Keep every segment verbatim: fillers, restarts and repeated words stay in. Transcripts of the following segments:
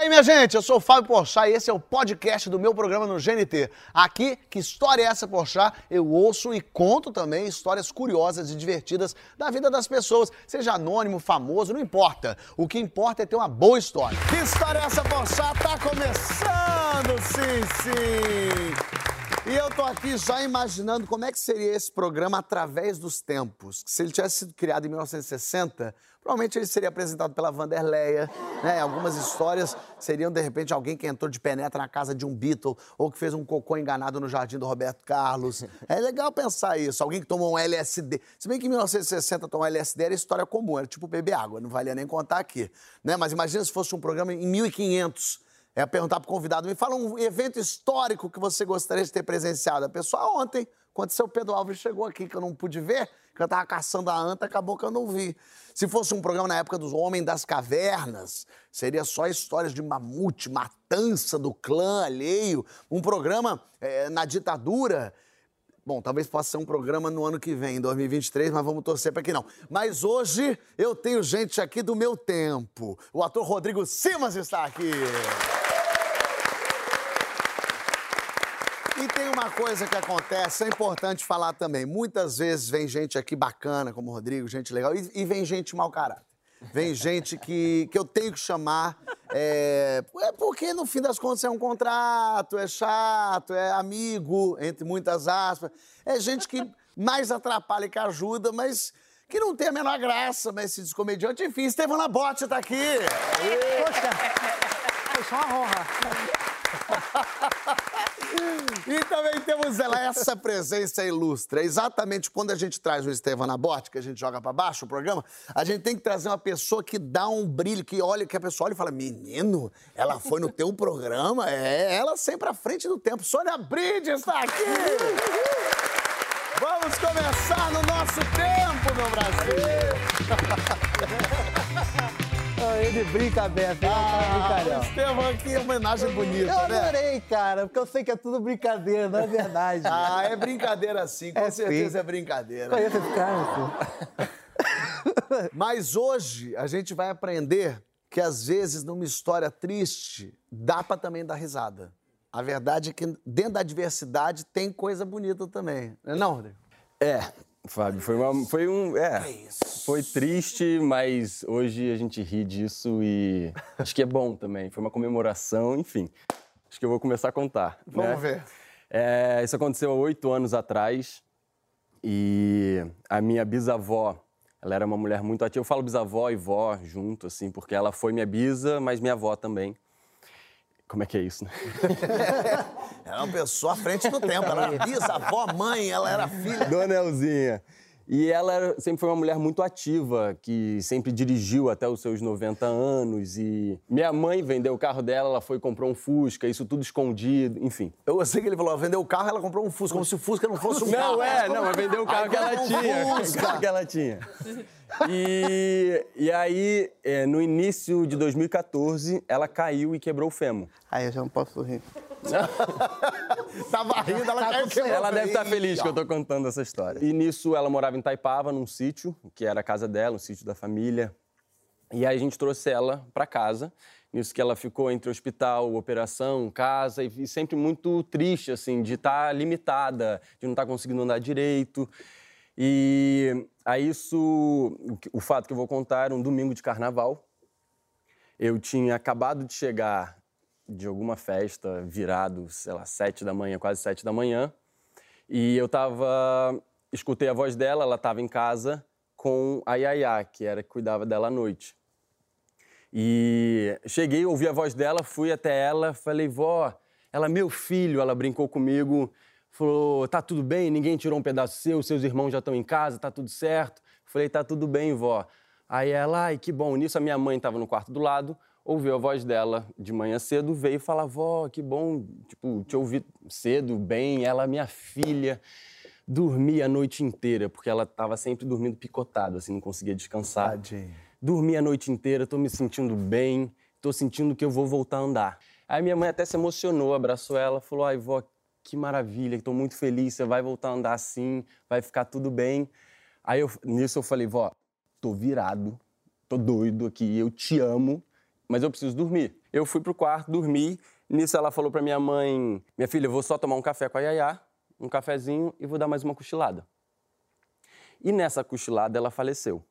aí, minha gente? Eu sou o Fábio Porchat e esse é o podcast do meu programa no G N T. Aqui, Que História é Essa, Porchat? Eu ouço e conto também histórias curiosas e divertidas da vida das pessoas. Seja anônimo, famoso, não importa. O que importa é ter uma boa história. Que História é Essa, Porchat? Tá começando, sim, sim! E eu tô aqui já imaginando como é que seria esse programa através dos tempos. Se ele tivesse sido criado em mil novecentos e sessenta, provavelmente ele seria apresentado pela Wanderleia, né? Algumas histórias seriam, de repente, alguém que entrou de penetra na casa de um Beatle ou que fez um cocô enganado no jardim do Roberto Carlos. É legal pensar isso. Alguém que tomou um L S D. Se bem que em mil novecentos e sessenta tomar L S D era história comum, era tipo beber água, não valia nem contar aqui, né? Mas imagina se fosse um programa em mil e quinhentos. É perguntar pro convidado, me fala um evento histórico que você gostaria de ter presenciado. A pessoa, ontem, quando o seu Pedro Álvares chegou aqui, que eu não pude ver, que eu tava caçando a anta, acabou que eu não vi. Se fosse um programa na época dos Homens das Cavernas, seria só histórias de mamute, matança do clã alheio. Um programa é, na ditadura. Bom, talvez possa ser um programa no ano que vem, em dois mil e vinte e três, mas vamos torcer para que não. Mas hoje eu tenho gente aqui do meu tempo. O ator Rodrigo Simas está aqui. E tem uma coisa que acontece, é importante falar também. Muitas vezes vem gente aqui bacana, como o Rodrigo, gente legal, e, e vem gente mau caráter. Vem gente que, que eu tenho que chamar, é, é porque no fim das contas é um contrato, é chato, é amigo, entre muitas aspas. É gente que mais atrapalha que ajuda, mas que não tem a menor graça, mas esse descomediante. Enfim, Estevão Nabote tá aqui. Aê. Poxa, poxa, uma honra. E também temos ela, essa presença ilustre. É exatamente quando a gente traz o Estevão Nabote, que a gente joga pra baixo o programa, a gente tem que trazer uma pessoa que dá um brilho, que olha, que a pessoa olha e fala, menino, ela foi no teu programa? É, ela sempre à frente do tempo. Sônia Bride está aqui! Vamos começar no nosso tempo, meu Brasil! Ele brinca aberto, ele ah, é um brincalhão. Estevão aqui, homenagem bonita, eu né? Eu adorei, cara, porque eu sei que é tudo brincadeira, não é verdade. Ah, é brincadeira sim, com é certeza sim. é brincadeira. Conheço esse cara, assim. Mas hoje a gente vai aprender que às vezes numa história triste dá pra também dar risada. A verdade é que dentro da adversidade tem coisa bonita também, não é não, Rodrigo? É, Fábio, foi, uma, foi um... É, é isso. Foi triste, mas hoje a gente ri disso e acho que é bom também. Foi uma comemoração, enfim. Acho que eu vou começar a contar. Vamos né? ver. É, isso aconteceu há oito anos atrás e a minha bisavó, ela era uma mulher muito ativa. Eu falo bisavó e vó junto, assim, porque ela foi minha bisa, mas minha avó também. Como é que é isso, né? Ela é uma pessoa à frente do tempo. Ela era bisavó, mãe, ela era filha. Dona Elzinha. E ela era, sempre foi uma mulher muito ativa, que sempre dirigiu até os seus noventa anos. E minha mãe vendeu o carro dela, ela foi e comprou um Fusca, isso tudo escondido, enfim. Eu sei que ele falou, vendeu o carro, ela comprou um Fusca, como se o Fusca não fosse um não, carro. Não, é, não, mas vendeu o carro que ela tinha. O carro que ela tinha. E, e aí, é, no início de dois mil e quatorze, ela caiu e quebrou o fêmur. Aí eu já não posso rir. Tava rindo, ela caiu. Ela, ela deve estar feliz que eu tô contando essa história. E nisso, ela morava em Itaipava, num sítio, que era a casa dela, um sítio da família. E aí a gente trouxe ela pra casa. Nisso que ela ficou entre hospital, operação, casa, e, e sempre muito triste, assim, de estar limitada, de não estar conseguindo andar direito. E aí isso, o fato que eu vou contar era um domingo de carnaval. Eu tinha acabado de chegar de alguma festa, virado, sei lá, sete da manhã, quase sete da manhã. E eu tava, escutei a voz dela, ela tava em casa com a Yaya, que era que cuidava dela à noite. E cheguei, ouvi a voz dela, fui até ela, falei, vó, ela, meu filho, ela brincou comigo, falou, tá tudo bem, ninguém tirou um pedaço seu, seus irmãos já estão em casa, tá tudo certo? Falei, tá tudo bem, vó. Aí ela, ai, que bom. Nisso a minha mãe estava no quarto do lado, ouviu a voz dela de manhã cedo, veio falar, vó, que bom, tipo, te ouvi cedo, bem. Ela, minha filha, dormia a noite inteira, porque ela estava sempre dormindo picotada, assim, não conseguia descansar. Tadinho. Dormi a noite inteira, tô me sentindo bem, tô sentindo que eu vou voltar a andar. Aí minha mãe até se emocionou, abraçou ela, falou, ai, vó, que maravilha, tô muito feliz, você vai voltar a andar assim, vai ficar tudo bem. Aí eu, nisso eu falei, vó, tô virado, tô doido aqui, eu te amo, mas eu preciso dormir. Eu fui pro quarto, dormi. Nisso ela falou pra minha mãe, minha filha, eu vou só tomar um café com a Yaya, um cafezinho e vou dar mais uma cochilada. E nessa cochilada ela faleceu.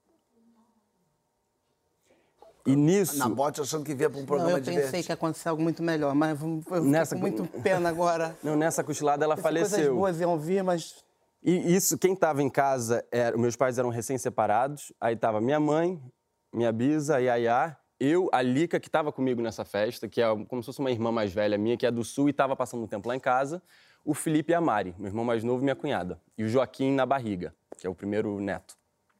E nisso... Na bote achando que vinha pra um programa Não, eu de pensei divertido. que ia acontecer algo muito melhor, mas eu fiquei Nessa... com muito pena agora. Não, nessa cochilada ela faleceu. Coisas boas iam vir, mas... E isso, quem estava em casa, era, meus pais eram recém-separados, aí tava minha mãe, minha bisa, a Yaya, eu, a Lica, que estava comigo nessa festa, que é como se fosse uma irmã mais velha minha, que é do Sul e estava passando um tempo lá em casa, o Felipe e a Mari, meu irmão mais novo e minha cunhada, e o Joaquim na barriga, que é o primeiro neto.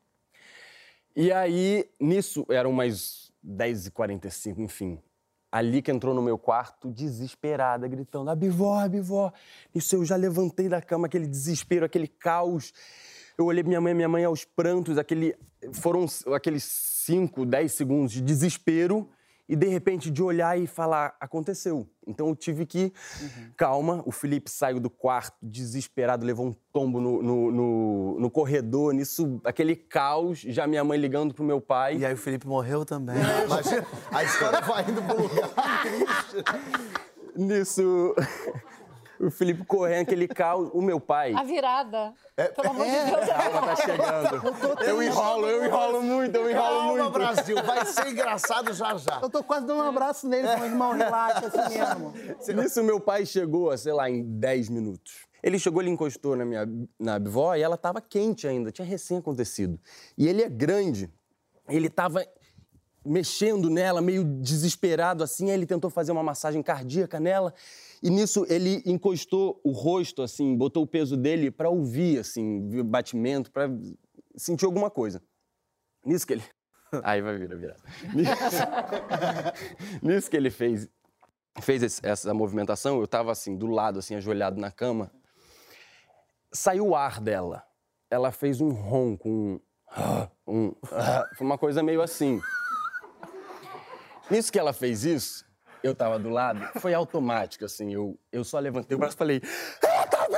E aí, nisso, eram umas dez e quarenta e cinco, enfim. A Lica entrou no meu quarto desesperada, gritando, Abivó, Abivó. Isso eu já levantei da cama, aquele desespero, aquele caos. Eu olhei minha mãe, minha mãe aos prantos, aquele... foram aqueles cinco, dez segundos de desespero e, de repente, de olhar e falar, aconteceu. Então, eu tive que... Uhum. Calma, o Felipe saiu do quarto desesperado, levou um tombo no, no, no, no corredor, nisso, aquele caos, já minha mãe ligando pro meu pai. E aí o Felipe morreu também. É. Imagina, a história vai indo pro lugar triste. Nisso... O Felipe correndo, aquele caos. O meu pai... A virada. É, Pelo amor é, de Deus. Calma, tá chegando. Eu enrolo, eu enrolo muito, eu enrolo Calma, muito. Brasil, vai ser engraçado já já. Eu tô quase dando um abraço nele, meu irmão, relaxa, assim mesmo. Nisso, meu pai chegou, sei lá, em dez minutos. Ele chegou, ele encostou na minha na avó e ela tava quente ainda, tinha recém acontecido. E ele é grande, ele tava mexendo nela, meio desesperado assim, aí ele tentou fazer uma massagem cardíaca nela. E nisso ele encostou o rosto, assim, botou o peso dele pra ouvir, assim, o batimento, pra sentir alguma coisa. Nisso que ele... Aí vai virar, virar. Nisso... Nisso que ele fez, fez esse, essa movimentação, eu tava assim, do lado, assim, ajoelhado na cama. Saiu o ar dela. Ela fez um ronco, um... um foi uma coisa meio assim. Nisso que ela fez isso, eu tava do lado, foi automático, assim, eu, eu só levantei o braço e falei, ela tá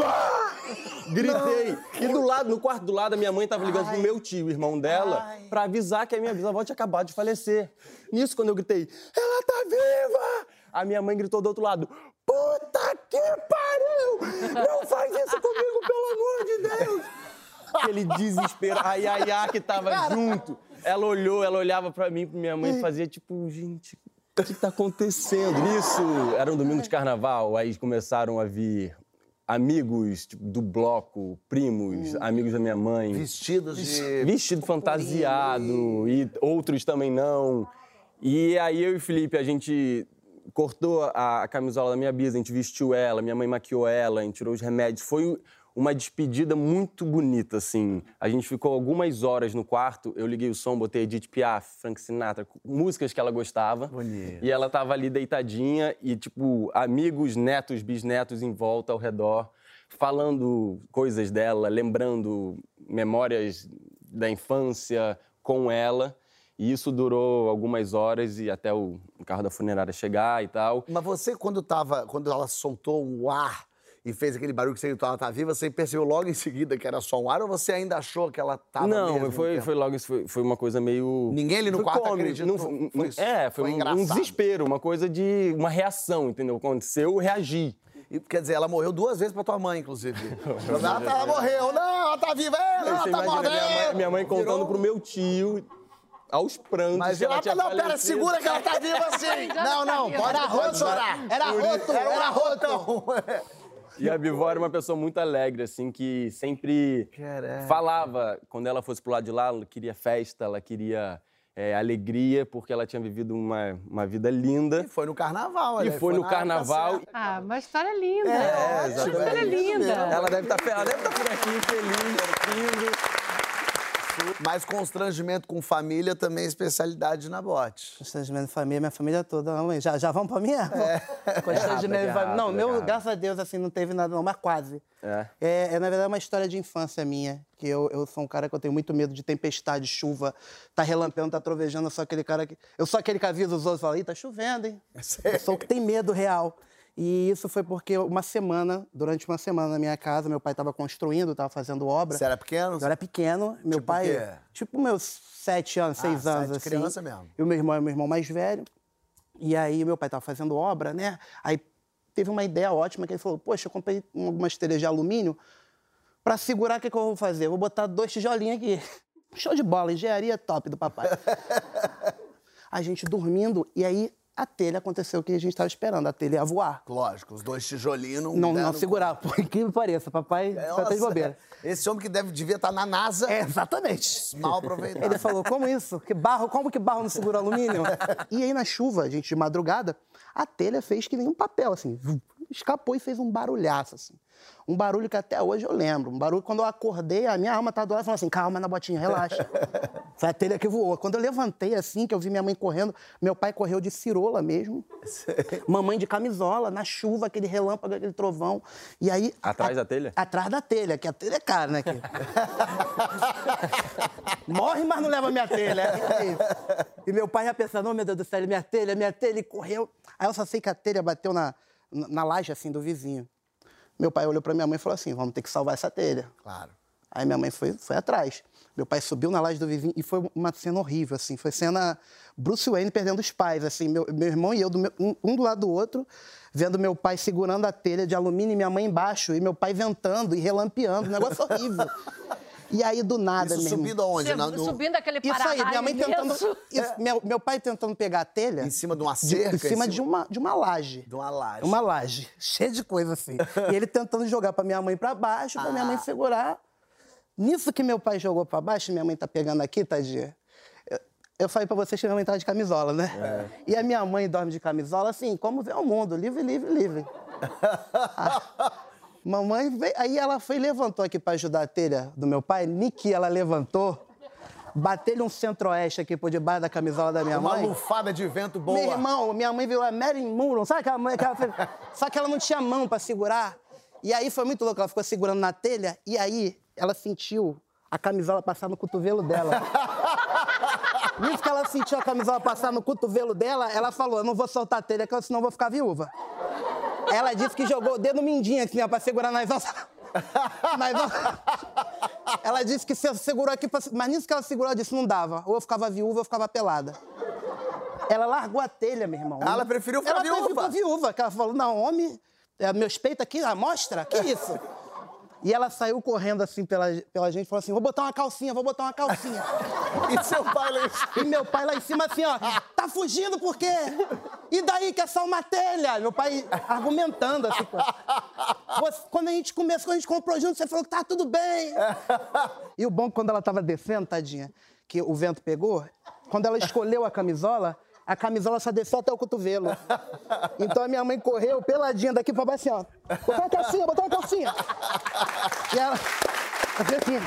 viva! Gritei. Não. E do lado, no quarto do lado, a minha mãe tava ligando Ai. pro meu tio, irmão dela, Ai. pra avisar que a minha bisavó tinha acabado de falecer. Nisso, quando eu gritei, ela tá viva! A minha mãe gritou do outro lado, puta que pariu! Não faz isso comigo, pelo amor de Deus! Aquele desespero, a Yaya que tava Cara. junto. Ela olhou, ela olhava pra mim, pra minha mãe e fazia tipo, gente... O que está acontecendo? Isso era um domingo de carnaval, aí começaram a vir amigos tipo, do bloco, primos, hum. amigos da minha mãe. Vestidos de... Vestido fantasiado, e outros também não. E aí eu e o Felipe, a gente cortou a, a camisola da minha bisa, a gente vestiu ela, minha mãe maquiou ela, a gente tirou os remédios. Foi uma despedida muito bonita, assim. A gente ficou algumas horas no quarto, eu liguei o som, botei Edith Piaf, Frank Sinatra, músicas que ela gostava. Bonito. E ela tava ali deitadinha e, tipo, amigos, netos, bisnetos em volta, ao redor, falando coisas dela, lembrando memórias da infância com ela. E isso durou algumas horas e até o carro da funerária chegar e tal. Mas você, quando tava, quando ela soltou o ar e fez aquele barulho que você gritou, ela tá viva, você percebeu logo em seguida que era só um ar ou você ainda achou que ela tava Não, mesmo? Não, foi, foi logo isso, foi, foi uma coisa meio... Ninguém ali no foi quarto cômico, acreditou? Não, foi, é, foi, foi um, um desespero, uma coisa de... uma reação, entendeu? Aconteceu, eu reagi. E, quer dizer, ela morreu duas vezes pra tua mãe, inclusive. ela, tá, ela morreu, não, ela tá viva, ela, ela tá morrendo. Minha mãe, minha mãe contando Virou... pro meu tio... aos prantos. Mas ela, ela tinha não, pera, segura que ela tá viva assim. não, não, pode arroto chorar. Era roto, era rotão. E a Bivó era uma pessoa muito alegre, assim, que sempre Caraca. falava, quando ela fosse pro lado de lá, ela queria festa, ela queria é, alegria, porque ela tinha vivido uma, uma vida linda. E foi no carnaval, E foi, foi no carnaval. Ah, uma história linda. É, uma história linda. Ela deve estar ela deve estar por aqui, feliz, lindo. Mas constrangimento com família também é especialidade na bote. Constrangimento de família, minha família toda, não, já, já vamos pra minha? É. Constrangimento de família. Não, meu, graças a Deus, assim, não teve nada não, mas quase. É. É, é na verdade, uma história de infância minha, que eu, eu sou um cara que eu tenho muito medo de tempestade, chuva, tá relampeando, tá trovejando, eu sou aquele cara que... Eu sou aquele que avisa os outros e fala, ih, tá chovendo, hein? É eu sou o que tem medo real. E isso foi porque uma semana, durante uma semana na minha casa, meu pai estava construindo, estava fazendo obra. Você era pequeno? Eu era pequeno. Meu tipo pai, tipo meus sete anos, seis ah, anos, sete assim. criança mesmo. E o meu irmão é meu irmão mais velho. E aí meu pai tava fazendo obra, né? Aí teve uma ideia ótima que ele falou, poxa, eu comprei algumas telhas de alumínio pra segurar, o que, que eu vou fazer? Eu vou botar dois tijolinhos aqui. Show de bola, engenharia top do papai. A gente dormindo, e aí a telha aconteceu o que a gente estava esperando, a telha ia voar. Lógico, os dois tijolinhos não... Não, deram... não segurava, por incrível que pareça, papai Nossa, até de bobeira. Esse homem que deve, devia estar na NASA... É, exatamente. Mal aproveitado. Ele falou, como isso? Que barro, como que barro não segura alumínio? E aí na chuva, a gente de madrugada, a telha fez que nem um papel, assim, escapou e fez um barulhaço, assim. Um barulho que até hoje eu lembro. Um barulho que quando eu acordei, a minha alma estava do lado e falou assim, calma na botinha, relaxa. Foi a telha que voou. Quando eu levantei assim, que eu vi minha mãe correndo, meu pai correu de cirola mesmo. Mamãe de camisola, na chuva, aquele relâmpago, aquele trovão. E aí... Atrás a, da telha? Atrás da telha, que a telha é cara, né? Que... Morre, mas não leva minha telha. E meu pai já pensando, oh, meu Deus do céu, minha telha, minha telha, e correu. Aí eu só sei que a telha bateu na, na laje, assim, do vizinho. Meu pai olhou pra minha mãe e falou assim, vamos ter que salvar essa telha. Claro. Aí minha mãe foi, foi atrás. Meu pai subiu na laje do vizinho e foi uma cena horrível, assim. Foi cena Bruce Wayne perdendo os pais, assim. Meu, meu irmão e eu, do meu, um, um do lado do outro, vendo meu pai segurando a telha de alumínio e minha mãe embaixo, e meu pai ventando e relampeando. Um negócio horrível. E aí, do nada, Isso mesmo. subindo aonde? Você, Na, no... Subindo aquele Isso para-raio aí, minha mãe tentando... imenso. Isso, meu, meu pai tentando pegar a telha... Em cima de uma de- cerca? Em cima, de, uma, de uma laje. De uma laje. Uma laje, cheia de coisa assim. E ele tentando jogar pra minha mãe pra baixo, pra Ah. minha mãe segurar. Nisso que meu pai jogou pra baixo, minha mãe tá pegando aqui, tadinha. Eu, eu falei pra vocês que minha mãe tá de camisola, né? É. E a minha mãe dorme de camisola assim, como vê o mundo, livre, livre, livre. Ah, mamãe veio, aí ela foi e levantou aqui pra ajudar a telha do meu pai. Niki, ela levantou, bateu-lhe um centro-oeste aqui por debaixo da camisola da minha Uma mãe. lufada de vento boa. Meu irmão, minha mãe virou a Marilyn Monroe, sabe aquela mãe que ela fez? Só que ela não tinha mão pra segurar. E aí foi muito louco, ela ficou segurando na telha e aí ela sentiu a camisola passar no cotovelo dela. Nisso que ela sentiu a camisola passar no cotovelo dela, ela falou, eu não vou soltar a telha, senão eu vou ficar viúva. Ela disse que jogou o dedo mindinho assim, ó, pra segurar nas alças. Nas alças. Ela disse que se segurou aqui, pra... mas nisso que ela segurou, ela disse, não dava. Ou eu ficava viúva, ou eu ficava pelada. Ela largou a telha, meu irmão. Ela preferiu ficar ela viúva. Ela preferiu ficar viúva, que ela falou, não, homem, é, meus peitos aqui, a mostra, que isso? E ela saiu correndo assim pela, pela gente e falou assim, vou botar uma calcinha, vou botar uma calcinha. E seu pai lá em cima? E meu pai lá em cima assim, ó, tá fugindo por quê? E daí que é só uma telha? Meu pai argumentando assim. Você, quando a gente começou, quando a gente comprou junto, você falou que tá tudo bem. E o bom é que quando ela tava descendo, tadinha, que o vento pegou, quando ela escolheu a camisola, a camisola só desceu até o cotovelo. Então a minha mãe correu peladinha daqui pra baixo assim, ó. Botou uma calcinha, botou uma calcinha. E ela... Assim,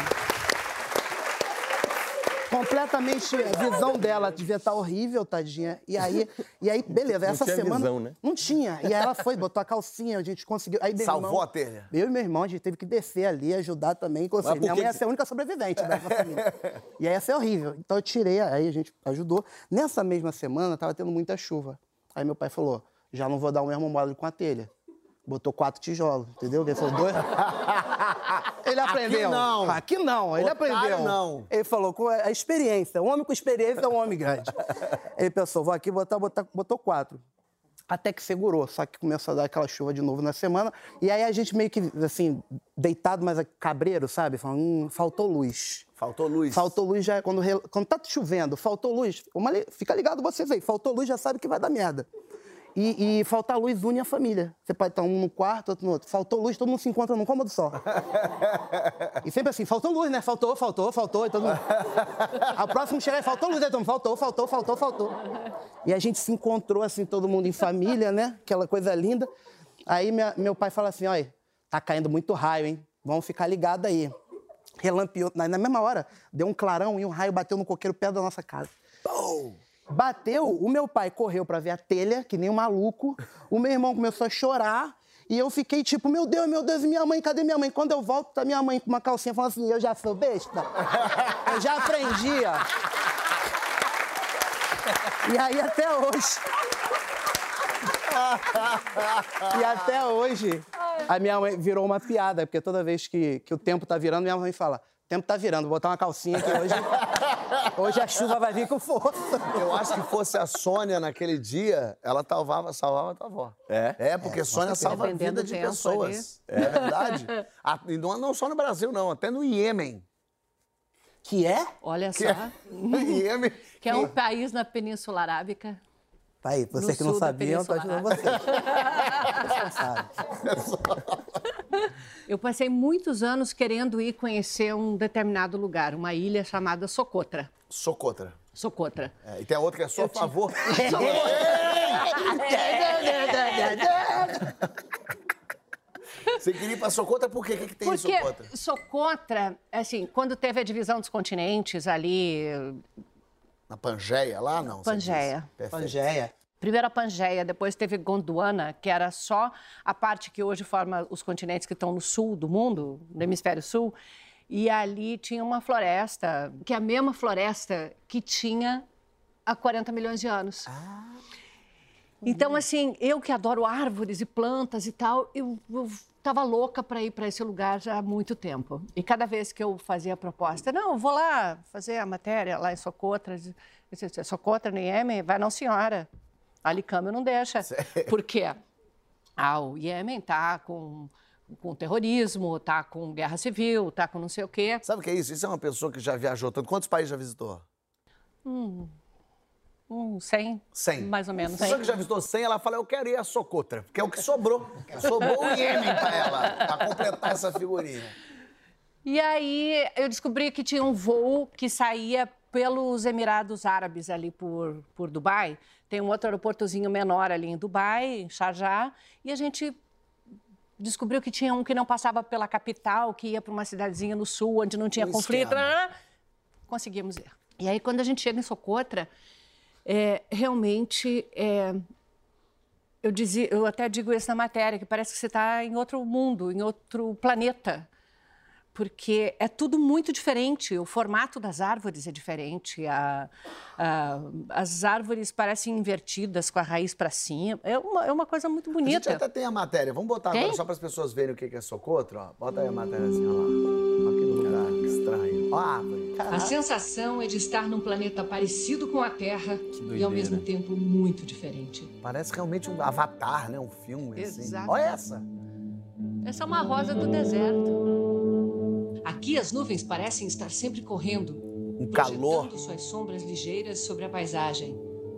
completamente, a visão dela devia estar horrível, tadinha. E aí, e aí beleza, essa tinha semana... visão, né? Não tinha. E aí ela foi, botou a calcinha, a gente conseguiu... Aí, meu Salvou irmão, a telha? Eu e meu irmão, a gente teve que descer ali, ajudar também. Consegui. por Minha que mãe ia que- ser a única sobrevivente dessa família. E aí ia ser horrível. Então eu tirei, aí a gente ajudou. Nessa mesma semana, tava tendo muita chuva. Aí meu pai falou, já não vou dar o mesmo módulo com a telha. Botou quatro tijolos, entendeu? Ele falou, dois... Ele aprendeu. Aqui não. Aqui não, ele Otário, aprendeu. não. Ele falou, com a experiência. Um homem com experiência é um homem grande. Ele pensou, vou aqui botar, botar, botou quatro. Até que segurou, só que começou a dar aquela chuva de novo na semana. E aí a gente meio que, assim, deitado, mas cabreiro, sabe? Falando, hum, faltou luz. Faltou luz. Faltou luz já, quando, re- quando tá chovendo, faltou luz. Uma li- Fica ligado vocês aí, faltou luz, já sabe que vai dar merda. E, e faltar luz une a família. Você pode estar um no quarto, outro no outro. Faltou luz, todo mundo se encontra num cômodo só. E sempre assim, faltou luz, né? Faltou, faltou, faltou. E todo mundo... Ao próximo chegar, faltou luz, aí todo mundo, faltou, faltou, faltou, faltou. E a gente se encontrou, assim, todo mundo em família, né? Aquela coisa linda. Aí minha- meu pai fala assim, olha, tá caindo muito raio, hein? Vamos ficar ligados aí. Relampeou, na, na mesma hora, deu um clarão e um raio bateu no coqueiro perto da nossa casa. Pum! Bateu, o meu pai correu pra ver a telha, que nem um maluco. O meu irmão começou a chorar. E eu fiquei tipo, meu Deus, meu Deus, e minha mãe? Cadê minha mãe? Quando eu volto, tá minha mãe com uma calcinha falando assim, eu já sou besta? Eu já aprendi, ó. E aí até hoje... E até hoje, a minha mãe virou uma piada, porque toda vez que, que o tempo tá virando, minha mãe fala, o tempo tá virando, vou botar uma calcinha aqui hoje. Hoje a chuva vai vir com força. Eu acho que fosse a Sônia naquele dia, ela salvava, salvava a tua avó. É? É, porque É, Sônia salva a vida de pessoas. Ali. É verdade. A, não, não só no Brasil, não, até no Iêmen. Que é? Olha Que só. é, Iêmen. Que é um país na Península Arábica. Tá aí, você que não sabia, eu tô ajudando você. Você não sabe. Eu passei muitos anos querendo ir conhecer um determinado lugar, uma ilha chamada Socotra. Socotra. Socotra. É, e tem a outra que é só a favor. Você queria ir pra Socotra por quê? O que, que tem Porque em Socotra? Socotra, assim, quando teve a divisão dos continentes ali... Na Pangeia, lá não? Pangeia. Pangeia. Primeiro a Pangeia, depois teve Gondwana, que era só a parte que hoje forma os continentes que estão no sul do mundo, no hemisfério sul. E ali tinha uma floresta, que é a mesma floresta que tinha há quarenta milhões de anos. Ah. Então, assim, eu que adoro árvores e plantas e tal, eu, eu tava louca para ir para esse lugar já há muito tempo. E cada vez que eu fazia a proposta, não, eu vou lá fazer a matéria lá em Socotra, Socotra, no Iêmen, vai não, senhora. Ali câmbio não deixa. Sério? Porque ah, o Iêmen tá com, com terrorismo, tá com guerra civil, tá com não sei o quê. Sabe o que é isso? Isso é uma pessoa que já viajou tanto. Quantos países já visitou? Hum... Um cem, cem. Mais ou menos. A pessoa que já visitou cem, ela fala, eu quero ir a Socotra, porque é o que sobrou. Sobrou o Iêmen pra ela, pra completar essa figurinha. E aí eu descobri que tinha um voo que saía pelos Emirados Árabes ali por, por Dubai. Tem um outro aeroportozinho menor ali em Dubai, em Sharjah, e a gente descobriu que tinha um que não passava pela capital, que ia para uma cidadezinha no sul, onde não tinha um conflito. Esquema. Conseguimos ir. E aí, quando a gente chega em Socotra, É, realmente, é, eu, dizia, eu até digo isso na matéria, que parece que você está em outro mundo, em outro planeta, porque é tudo muito diferente, o formato das árvores é diferente, a, a, as árvores parecem invertidas com a raiz para cima, é uma, é uma coisa muito bonita. A gente até tem a matéria, vamos botar tem? Agora só para as pessoas verem o que é Socotra, ó. Bota aí a matéria assim, ó lá, olha que lugar estranho, ó, árvore. A sensação é de estar num planeta parecido com a Terra e, ao mesmo tempo, muito diferente. Parece realmente um Avatar, né? Um filme, Exatamente. Assim. Olha essa! Essa é uma rosa do deserto. Aqui, as nuvens parecem estar sempre correndo. Um calor. Projetando suas sombras ligeiras sobre a paisagem.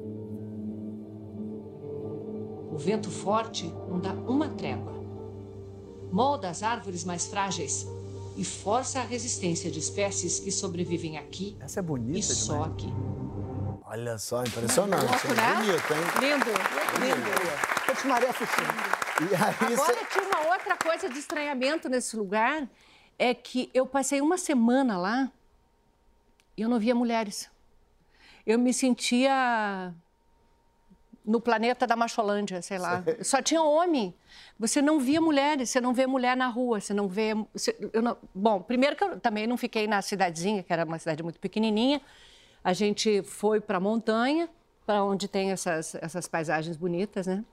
O vento forte não dá uma trégua. Molda as árvores mais frágeis e força a resistência de espécies que sobrevivem aqui. Essa é bonita e demais. só aqui. Olha só, impressionante. Louco, é né? bonito, hein? Lindo, lindo. Continuarei assistindo. E aí, Agora, cê... tinha uma outra coisa de estranhamento nesse lugar, é que eu passei uma semana lá e eu não via mulheres. Eu me sentia no planeta da Macholândia, sei lá. Só tinha homem. Você não via mulheres, você não vê mulher na rua, você não vê... Você, eu não... Bom, primeiro que eu também não fiquei na cidadezinha, que era uma cidade muito pequenininha. A gente foi para a montanha, para onde tem essas, essas paisagens bonitas, né?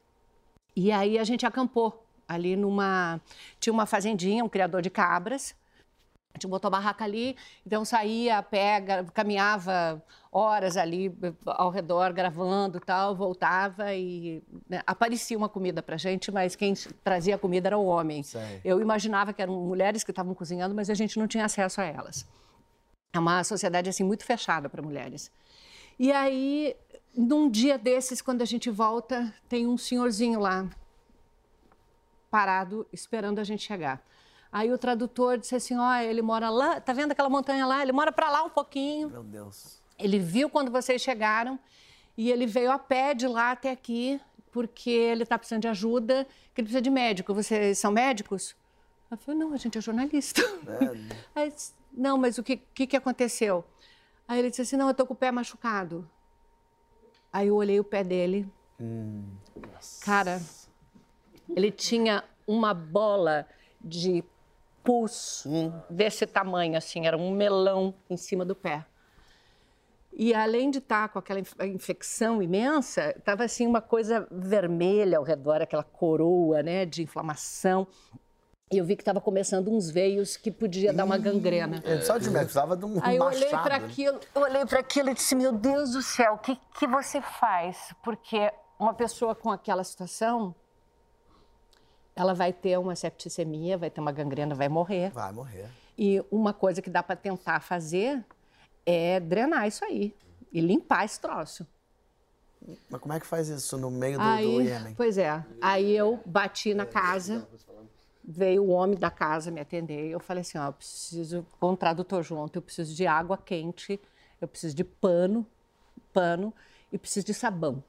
E aí a gente acampou ali numa... Tinha uma fazendinha, um criador de cabras. A gente botou a barraca ali, então saía a pé, caminhava horas ali ao redor, gravando e tal, voltava e né, aparecia uma comida pra gente, mas quem trazia a comida era o homem. Sei. Eu imaginava que eram mulheres que estavam cozinhando, mas a gente não tinha acesso a elas. É uma sociedade, assim, muito fechada para mulheres. E aí, num dia desses, quando a gente volta, tem um senhorzinho lá, parado, esperando a gente chegar. Aí o tradutor disse assim, ó, oh, ele mora lá, tá vendo aquela montanha lá? Ele mora para lá um pouquinho. Meu Deus. Ele viu quando vocês chegaram e ele veio a pé de lá até aqui, porque ele tá precisando de ajuda, que ele precisa de médico. Vocês são médicos? Eu falei, não, a gente é jornalista. É. Aí, não, mas o que, que, que aconteceu? Aí ele disse assim, não, eu tô com o pé machucado. Aí eu olhei o pé dele. Hum. Cara, ele tinha uma bola de pus hum. desse tamanho, assim, era um melão em cima do pé. E além de estar com aquela infecção imensa, estava assim uma coisa vermelha ao redor, aquela coroa, né, de inflamação. E eu vi que estava começando uns veios que podia dar uma gangrena. É, só de médico, precisava de um Aí eu machado. olhei para aquilo, eu olhei para aquilo e disse, meu Deus do céu, o que, que você faz? Porque uma pessoa com aquela situação, ela vai ter uma septicemia, vai ter uma gangrena, vai morrer. Vai morrer. E uma coisa que dá para tentar fazer é drenar isso aí e limpar esse troço. Mas como é que faz isso no meio do, aí, do Iêmen? Pois é. Aí eu bati na casa, veio o homem da casa me atender. Eu falei assim, ó, eu preciso, com o tradutor junto, eu preciso de água quente, eu preciso de pano, pano e preciso de sabão.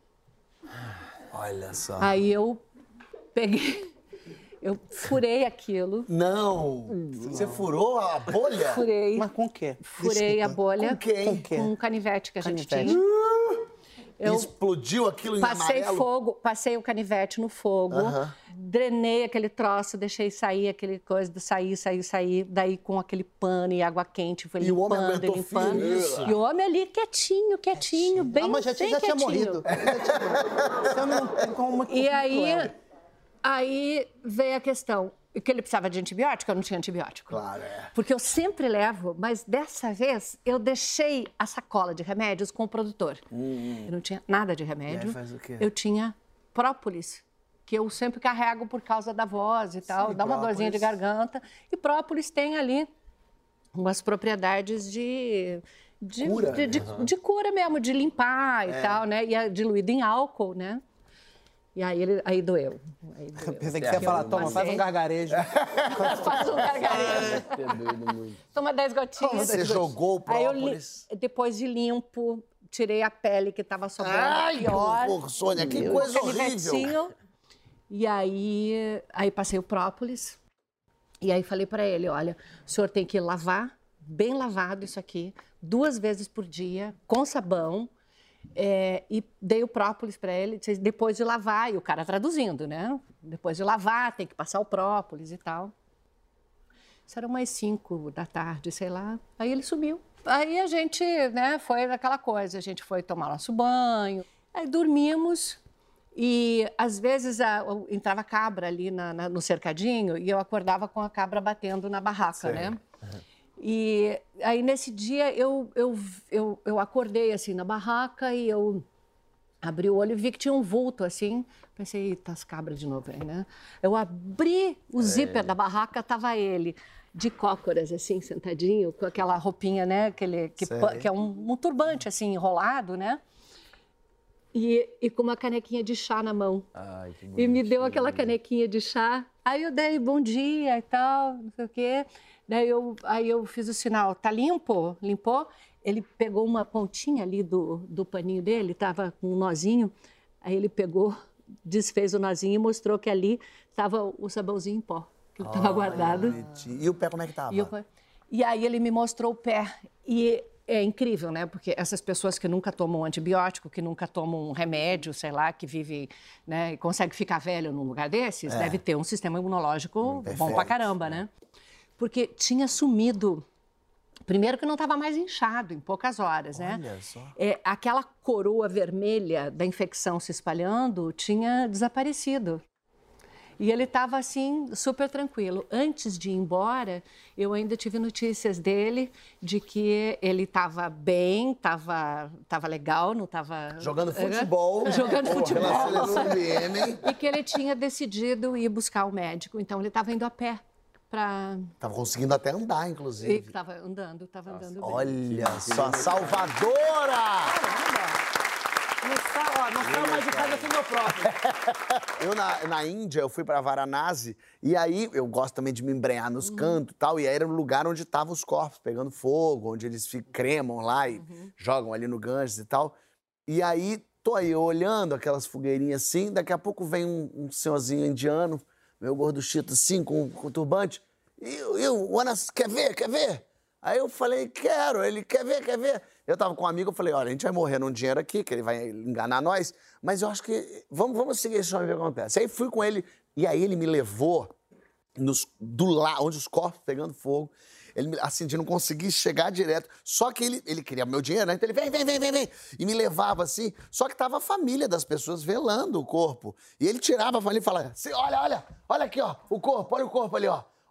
Olha só. Aí eu peguei, eu furei aquilo. Não! Você furou a bolha? Furei. Mas com o quê? Furei Desculpa. a bolha Com quem? Com quê? com um canivete que a gente Canivete. tinha. Eu Explodiu aquilo em passei amarelo? fogo, passei o canivete no fogo, Aham. drenei aquele troço, deixei sair aquele coisa, sair, sair, sair, daí com aquele pano e água quente, foi E o homem limpando, aguentou limpando. firme isso? E o homem ali quietinho, quietinho, bem, Ah, mas já, bem já tinha quietinho. morrido. Já tinha morrido. Você não tem como... E aí, aí veio a questão, que ele precisava de antibiótico, eu não tinha antibiótico. Claro, é. Porque eu sempre levo, mas dessa vez eu deixei a sacola de remédios com o produtor. Hum. Eu não tinha nada de remédio. E aí faz o quê? Eu tinha própolis, que eu sempre carrego por causa da voz e tal, Sim, dá uma própolis. dorzinha de garganta. E própolis tem ali umas propriedades de... De Cura, de, de, né? de cura mesmo, de limpar e É. tal, né? E é diluído em álcool, né? E aí, ele, aí doeu. Aí doeu. Pensei que você ia falar, toma, faz um gargarejo. Faz um gargarejo. É doido muito. Toma dez gotinhas. Você jogou o Aí eu li, própolis? depois de limpo, tirei a pele que estava sobrando Ai, que pior. horror, Sônia, que coisa horrível. Canivetinho. E aí, aí passei o própolis. E aí falei para ele, olha, o senhor tem que lavar, bem lavado isso aqui, duas vezes por dia, com sabão. É, e dei o própolis para ele, depois de lavar, e o cara traduzindo, né? Depois de lavar, tem que passar o própolis e tal. Isso era umas cinco da tarde, sei lá. Aí ele sumiu. Aí a gente, né, foi aquela coisa, a gente foi tomar nosso banho, aí dormimos e às vezes a, entrava cabra ali na, na, no cercadinho e eu acordava com a cabra batendo na barraca, Sei. né? E aí, nesse dia, eu, eu, eu, eu acordei, assim, na barraca e eu abri o olho e vi que tinha um vulto, assim. Pensei, eita, as cabras de novo aí, né? Eu abri o zíper da barraca, tava ele, de cócoras, assim, sentadinho, com aquela roupinha, né? Aquele, que, Sei. pa- que é um, um turbante, assim, enrolado, né? E, e com uma canequinha de chá na mão. Ai, que E me deu bonitinho. aquela canequinha de chá. Aí eu dei bom dia e tal, não sei o quê. Daí eu, aí eu fiz o sinal, tá limpo? Limpou? Ele pegou uma pontinha ali do, do paninho dele, tava com um nozinho. Aí ele pegou, desfez o nozinho e mostrou que ali estava o sabãozinho em pó, que estava guardado. Bonitinho. E o pé como é que tava? E, eu, e aí ele me mostrou o pé. E é incrível, né? Porque essas pessoas que nunca tomam antibiótico, que nunca tomam um remédio, sei lá, que vive, né, e consegue ficar velho num lugar desses, É. deve ter um sistema imunológico bom perfeito. pra caramba, né? Porque tinha sumido. Primeiro que não estava mais inchado em poucas horas, né? Olha só. É, aquela coroa vermelha da infecção se espalhando tinha desaparecido. E ele estava assim, super tranquilo. Antes de ir embora, eu ainda tive notícias dele de que ele estava bem, estava tava legal, não estava... Jogando futebol. Jogando Pela futebol. seleção do Iêmen. E que ele tinha decidido ir buscar o médico. Então, ele estava indo a pé para... Tava conseguindo até andar, E inclusive. estava andando, estava andando bem. Olha só, Salvadora! Não sai, ó, não sai mais de casa sem meu próprio. Eu, na, na Índia, eu fui pra Varanasi, e aí eu gosto também de me embrenhar nos cantos e tal, e aí era o lugar onde estavam os corpos pegando fogo, onde eles ficam, cremam lá e jogam ali no Ganges e tal. E aí, tô aí olhando aquelas fogueirinhas assim, daqui a pouco vem um, um senhorzinho indiano, meu gorduchito assim, com, com turbante, e eu, Ana, quer ver, quer ver? Aí eu falei, quero. Ele, quer ver, quer ver? Eu tava com um amigo, eu falei, olha, a gente vai morrer num dinheiro aqui, que ele vai enganar nós, mas eu acho que, vamos, vamos seguir esse homem e ver o que acontece. Aí fui com ele, e aí ele me levou nos, do lá, onde os corpos pegando fogo, ele, me- assim, de não conseguir chegar direto, só que ele, ele queria meu dinheiro, né? Então ele, vem, vem, vem, vem, vem, e me levava assim, só que tava a família das pessoas velando o corpo, e ele tirava a família e falava, "Cê, olha, olha, olha aqui, ó, o corpo, olha o corpo ali, ó.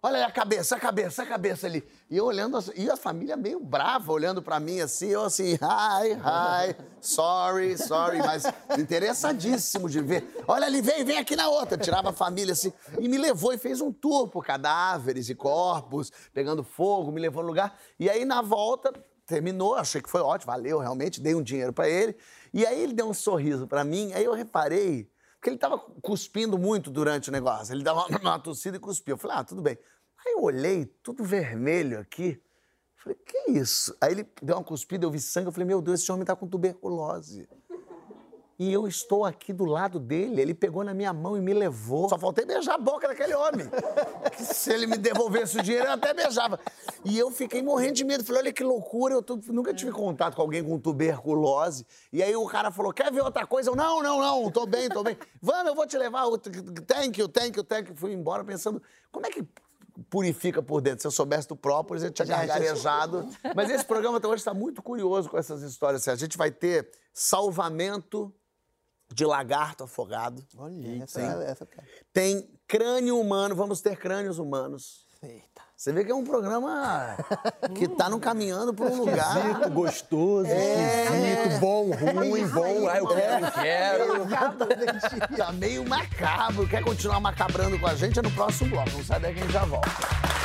olha aí a cabeça, a cabeça, a cabeça ali. E eu olhando, assim, e a família meio brava, olhando pra mim assim, eu assim, hi, hi, sorry, sorry, mas interessadíssimo de ver. Olha ali, vem, vem aqui na outra. Tirava a família assim, e me levou e fez um tour por cadáveres e corpos, pegando fogo, me levou no lugar. E aí, na volta, terminou, achei que foi ótimo, valeu, realmente, dei um dinheiro pra ele. E aí ele deu um sorriso pra mim, aí eu reparei, porque ele tava cuspindo muito durante o negócio. Ele dava uma tossida e cuspia. Eu falei, ah, tudo bem. Aí eu olhei, tudo vermelho aqui. Falei, que isso? Aí ele deu uma cuspida, eu vi sangue. Eu falei, meu Deus, esse homem tá com tuberculose. E eu estou aqui do lado dele. Ele pegou na minha mão e me levou. Só faltei beijar a boca daquele homem. Que se ele me devolvesse o dinheiro, eu até beijava. E eu fiquei morrendo de medo. Falei, olha que loucura, eu tô... nunca tive contato com alguém com tuberculose. E aí o cara falou, quer ver outra coisa? Eu, não, não, não, tô bem, tô bem. Vamos, eu vou te levar. Thank you, thank you, thank you. Fui embora pensando, como é que purifica por dentro? Se eu soubesse do própolis, eu tinha gargarejado. Mas esse programa até hoje está muito curioso com essas histórias. A gente vai ter salvamento de lagarto afogado. Olha, essa, essa... Tem crânio humano, vamos ter crânios humanos. Eita. Você vê que é um programa que tá não caminhando para um lugar... Esquisito, gostoso, é... esquisito, bom, ruim, bom, ah, eu quero, eu quero. Tá meio macabro. Quer continuar macabrando com a gente? É no próximo bloco. Não sai daí que a gente já volta.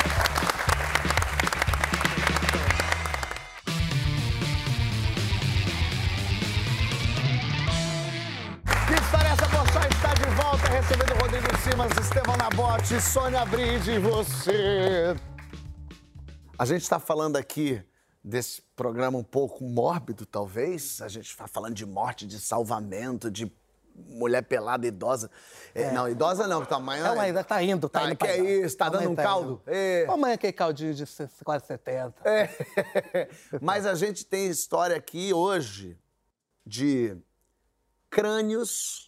Recebendo Rodrigo Simas, Estevão Nabote, Sônia Bride e você. A gente está falando aqui desse programa um pouco mórbido, talvez. A gente está falando de morte, de salvamento, de mulher pelada idosa. É. É, não, idosa não, que tua mãe... Não, ainda tá indo, tá, tá indo. Que é isso, tá dando um tá caldo? É. A mãe é aquele caldinho de quase setenta. É. Mas a gente tem história aqui hoje de crânios...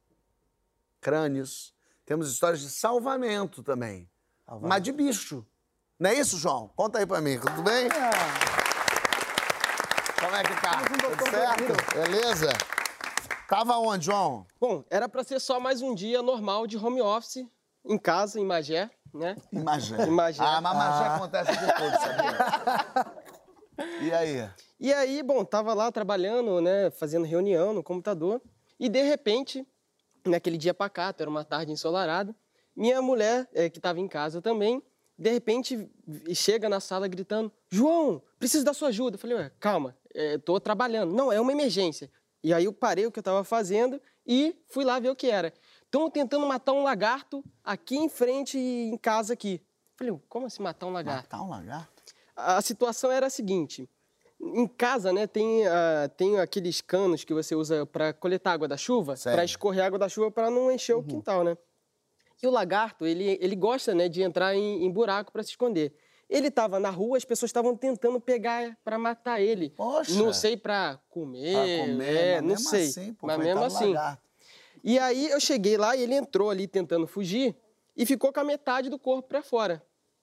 crânios. Temos histórias de salvamento também. Salvamento. Mas de bicho. Não é isso, João? Conta aí pra mim, tudo bem? É. Como é que tá? Tudo certo? Beleza? Tava onde, João? Bom, era pra ser só mais um dia normal de home office, em casa, em Magé, né? Em Magé. Em Magé. Ah, mas Magé ah. acontece de tudo, sabia? E aí? E aí, bom, tava lá trabalhando, né, fazendo reunião no computador, e de repente... naquele dia pacato, era uma tarde ensolarada, minha mulher, é, que estava em casa também, de repente chega na sala gritando, João, preciso da sua ajuda. Eu falei, ué, calma, estou é, trabalhando. Não, é uma emergência. E aí eu parei o que eu estava fazendo e fui lá ver o que era. Estão tentando matar um lagarto aqui em frente, em casa aqui. Eu falei, como assim matar um lagarto? Matar um lagarto? A situação era a seguinte... em casa, né, tem, uh, tem aqueles canos que você usa para coletar água da chuva, para escorrer água da chuva para não encher uhum. o quintal, né? E o lagarto, ele, ele gosta, né, de entrar em, em buraco para se esconder. Ele estava na rua, as pessoas estavam tentando pegar para matar ele. Poxa. Não sei, para comer, pra comer, é, não sei, assim, pô, mas mesmo assim. Lagarto. E aí eu cheguei lá e ele entrou ali tentando fugir e ficou com a metade do corpo para fora.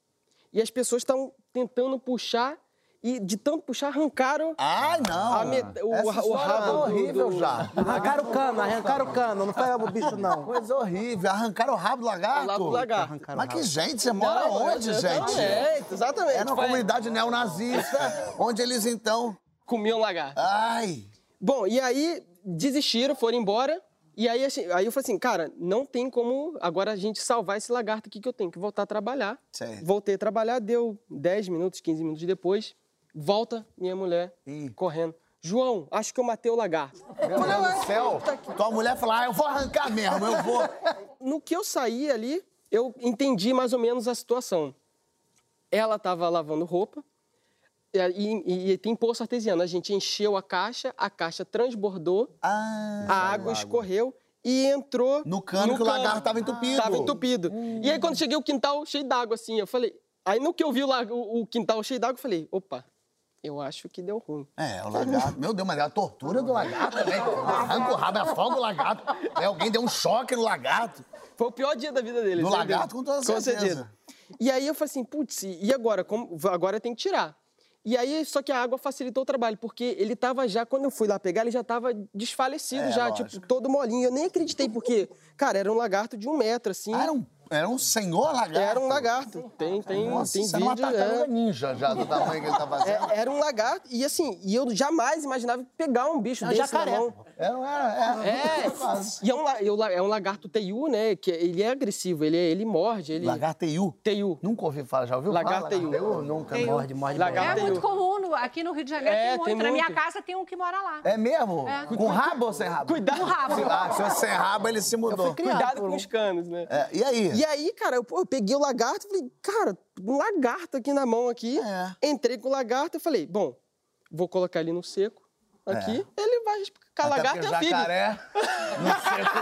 E as pessoas estavam tentando puxar e de tanto puxar, arrancaram... Ai, não! A met... o, Essa o rabo é horrível do... já. Arrancaram o cano, arrancaram o cano. Não foi o bicho, não. Coisa horrível. Arrancaram o rabo do lagarto? O rabo do lagarto. Arrancaram Mas que gente, você mora não, onde, eu, gente? É, exatamente. É numa foi... comunidade neonazista, onde eles, então... comiam lagarto. Ai! Bom, e aí desistiram, foram embora. E aí, aí eu falei assim, cara, não tem como agora a gente salvar esse lagarto aqui que eu tenho que voltar a trabalhar. Certo. Voltei a trabalhar, deu dez minutos, quinze minutos depois... volta minha mulher Ih. correndo. João, acho que eu matei o lagarto. Meu Deus do céu. Tua mulher falou, ah, eu vou arrancar mesmo, eu vou. No que eu saí ali, eu entendi mais ou menos a situação. Ela estava lavando roupa e, e, e tem poço artesiano. A gente encheu a caixa, a caixa transbordou, ah, a água escorreu e entrou no cano no que cano. O lagarto estava entupido. Estava entupido. Hum. E aí quando cheguei o quintal cheio d'água assim, eu falei... Aí no que eu vi o, o, o quintal cheio d'água, eu falei, opa... eu acho que deu ruim. É, o lagarto. Meu Deus, mas é a tortura do lagarto, né? Arranca o rabo, afoga o lagarto. É, alguém deu um choque no lagarto. Foi o pior dia da vida dele. Do lagarto, com toda certeza. Com certeza. E aí eu falei assim, putz, e agora? Como, agora tem que tirar. E aí, só que a água facilitou o trabalho, porque ele tava já, quando eu fui lá pegar, ele já tava desfalecido, é, já, lógico. Tipo, todo molinho. Eu nem acreditei, porque, cara, era um lagarto de um metro, assim. Ah, era um Era um senhor lagarto? Era um lagarto. Tem, tem, Nossa, tem isso vídeo. era uma tartaruga é... ninja já, do tamanho que ele tá fazendo. É, era um lagarto. E assim, e eu jamais imaginava pegar um bicho É um desse jacaré. na mão. É, era, é. É, e é um, la- eu la- é um lagarto teiu, né? Que ele é agressivo, ele, é- ele morde. Ele... Lagarto teiu? Teiu. Nunca ouvi falar, já ouviu Lagarto falar? teiu. Nunca. Teiu. Morde, morde. Lagarto É morde. teiu. muito comum. no- Aqui no Rio de Janeiro É, tem muito. tem Na minha muito. casa tem um que mora lá. É mesmo? É. Com rabo ou sem rabo? Cuidado, Com rabo. Ah, se fosse sem rabo, ele se mudou. criado cuidado por com um. os canos, né? É, e aí? E aí, cara, eu, pô, eu peguei o lagarto e falei, cara, um lagarto aqui na mão aqui. É. Entrei com o lagarto e falei, bom, vou colocar ele no seco aqui, ele vai respirar. Até Lagarto porque é anfíbio. jacaré não seco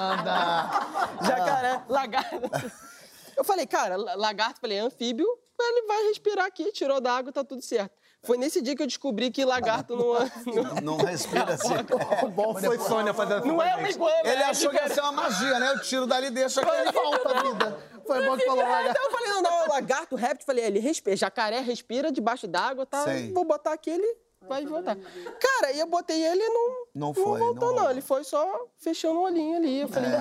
anda. Jacaré, lagarto. Eu falei, cara, la- lagarto, falei, é anfíbio, ele vai respirar aqui, tirou da água, tá tudo certo. Foi nesse dia que eu descobri que lagarto não, não, Não respira assim. O bom foi Sônia fazendo não é uma iguana. Ele é achou que ia ser uma magia, né? Eu tiro dali e deixo aqui, ele volta a vida. Foi bom que falou lagarto. Então eu falei, não, não, é lagarto, réptil, falei, ele respira, jacaré respira debaixo d'água, tá? Sei. Vou botar aqui, ele vai voltar. Cara, aí eu botei ele e não, Não foi, não voltou, não não. rolou. Ele foi só fechando o olhinho ali. Eu falei.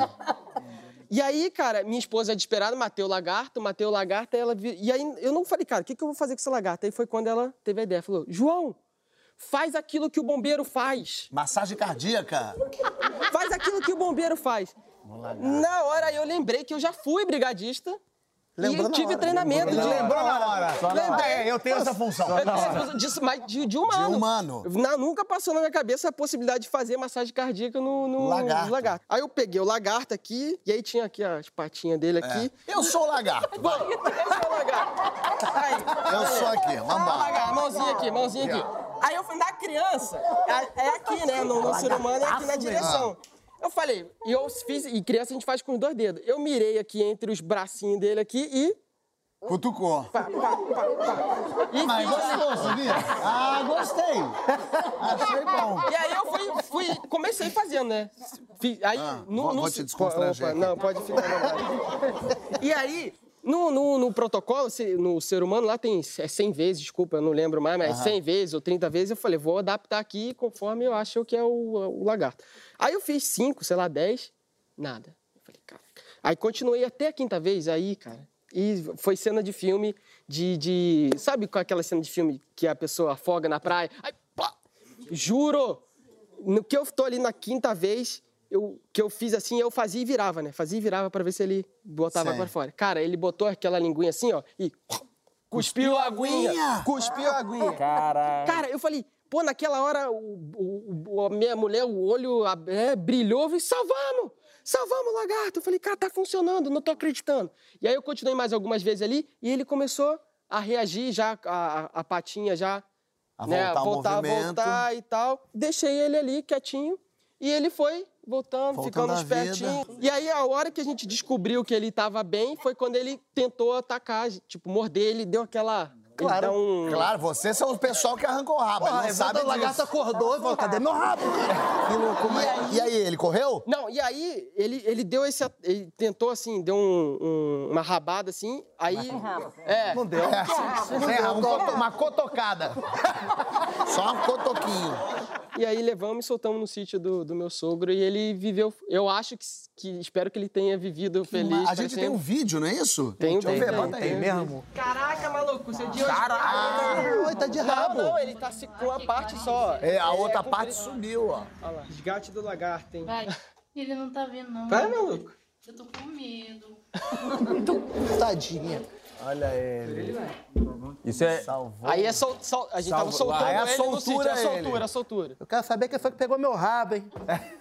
E aí, cara, minha esposa desesperada, matei o lagarto, matei o lagarto, aí ela viu. E aí eu não falei, cara, o que, que eu vou fazer com esse lagarto? Aí foi quando ela teve a ideia, falou, João, faz aquilo que o bombeiro faz. Massagem cardíaca. Faz aquilo que o bombeiro faz. Na hora eu lembrei que eu já fui brigadista. Lembrou e eu na tive hora, treinamento Ele de. lembrou na hora. Lembrei. É, eu tenho essa função. Eu tenho essa- disso, mas de, de humano. De humano. Na- nunca passou na minha cabeça a possibilidade de fazer massagem cardíaca no, no Lagarto. no lagarto. Aí eu peguei o lagarto aqui, e aí tinha aqui as patinhas dele aqui. Eu sou o lagarto. Bom, eu sou o lagarto. Aí, Eu sou aqui, vamos Ó, lá. lagarto, mãozinha aqui, mãozinha aqui. Aí eu falei, na criança, é, é aqui, né? No, no ser humano é aqui na direção. Eu falei, e eu fiz, e criança a gente faz com os dois dedos. Eu mirei aqui entre os bracinhos dele aqui e. Cutucou. Pá, pá, pá, pá. E Mas fiz- gostou, sabia? Ah, gostei. Achei bom. E aí eu fui, fui comecei fazendo, né? Fiz- aí, Ah, no, vou- no- vou te desconstranger Opa, aqui. não, pode ficar à vontade. E aí, no, no, no protocolo, se- no ser humano lá tem é cem vezes, desculpa, eu não lembro mais, mas cem vezes ou trinta vezes. Eu falei, vou adaptar aqui conforme eu acho que é o, o lagarto. Aí eu fiz cinco, sei lá, dez, nada. Eu falei, cara. Aí continuei até a quinta vez, aí, cara. E foi cena de filme de, de... Sabe com aquela cena de filme que a pessoa afoga na praia? Aí, pá! Juro! No que eu tô ali na quinta vez, eu, que eu fiz assim, eu fazia e virava, né? Fazia e virava pra ver se ele botava Sei. pra fora. Cara, ele botou aquela linguinha assim, ó, e... Cuspiu a aguinha! aguinha? Cuspiu a aguinha! Caraca. Cara, eu falei, pô, naquela hora o, o- o- a minha mulher, o olho é, brilhou, eu falei, salvamos! Salvamos o lagarto! Eu falei, cara, tá funcionando, não tô acreditando. E aí eu continuei mais algumas vezes ali e ele começou a reagir já, a, a- a patinha já, A né, voltar ao voltar, movimento. voltar e tal. Deixei ele ali quietinho e ele foi voltando, Voltando ficando à espertinho. vida. E aí a hora que a gente descobriu que ele tava bem foi quando ele tentou atacar, tipo, morder, ele deu aquela... ele Claro. dá um... Claro, vocês são o pessoal que arrancou o rabo. Porra, Ele não sabe o lagarto disso. acordou e falou, cadê meu rabo? Que loucura. E aí, ele correu? Não, e aí ele, ele deu esse. Ele tentou assim, deu um- um- uma rabada assim, aí. É. Não deu. É, sem rabo, um coto- uma cotocada. Só um cotoquinho. E aí levamos e soltamos no sítio do, do meu sogro e ele viveu. Eu acho que, que. Espero que ele tenha vivido feliz. A pra gente tem sempre. um vídeo, não é isso? Tem, Deixa eu tem, ver, tem, bota aí. Tem mesmo? Caraca, maluco, seu dia hoje. Ah, oi, tá de Não, rabo. não, ele tá se- com uma parte só. É, a outra com- parte sumiu, ó. Olha lá, resgate do lagarto, hein? Vai. Ele não tá vendo, não. Vai, maluco. Eu tô com medo. Tadinha. Olha ele. Isso é. Salvou. Aí é sol, sol- a gente tava Salvo- soltando Aí é a ele no soltura sítio, é a ele. soltura, a soltura. Eu quero saber quem foi que pegou meu rabo, hein?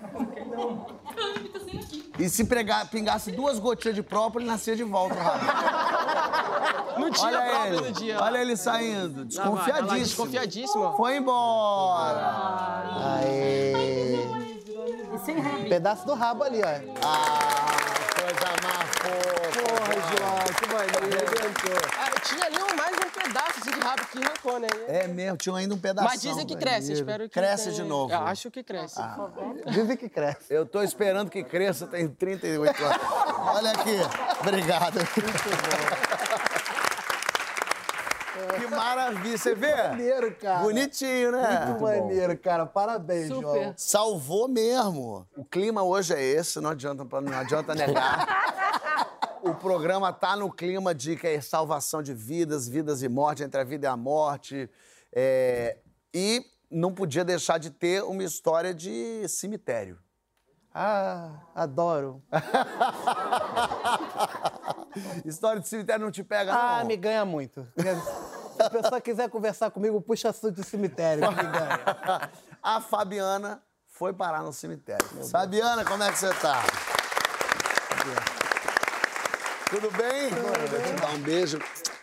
E se pregar, pingasse duas gotinhas de própolis, nascia de volta o rabo. No dia Olha próprio, ele. no dia. Olha ele saindo. Lá vai, Desconfiadíssimo. lá vai, desconfiadíssimo, ó. Foi embora. Aê. Pedaço do rabo ali, ó. Ah, coisa mais fofa. Porra, João, que maneiro. Ah, tinha ali um- mais um pedaço assim, de rabo que arrancou, né? É mesmo, tinha ainda um pedaço. Mas dizem que cresce, espero que Cresce tenha- de novo. Eu acho que cresce. Dizem que cresce. Eu tô esperando que cresça, tem trinta e oito anos. Olha aqui. Obrigado. Que maravilha, você vê? Maneiro, cara. Bonitinho, né? Muito maneiro, cara. Parabéns, Super. João. Salvou mesmo. O clima hoje é esse, não adianta, não adianta negar. O programa tá no clima de que é salvação de vidas, vidas e morte, entre a vida e a morte. É... E não podia deixar de ter uma história de cemitério. Ah, adoro. História de cemitério não te pega, não? Ah, me ganha muito. Se a pessoa quiser conversar comigo, puxa assunto de cemitério, me ganha. A Fabiana foi parar no cemitério. Fabiana, como é que você tá? Tudo bem? Vou te dar um beijo.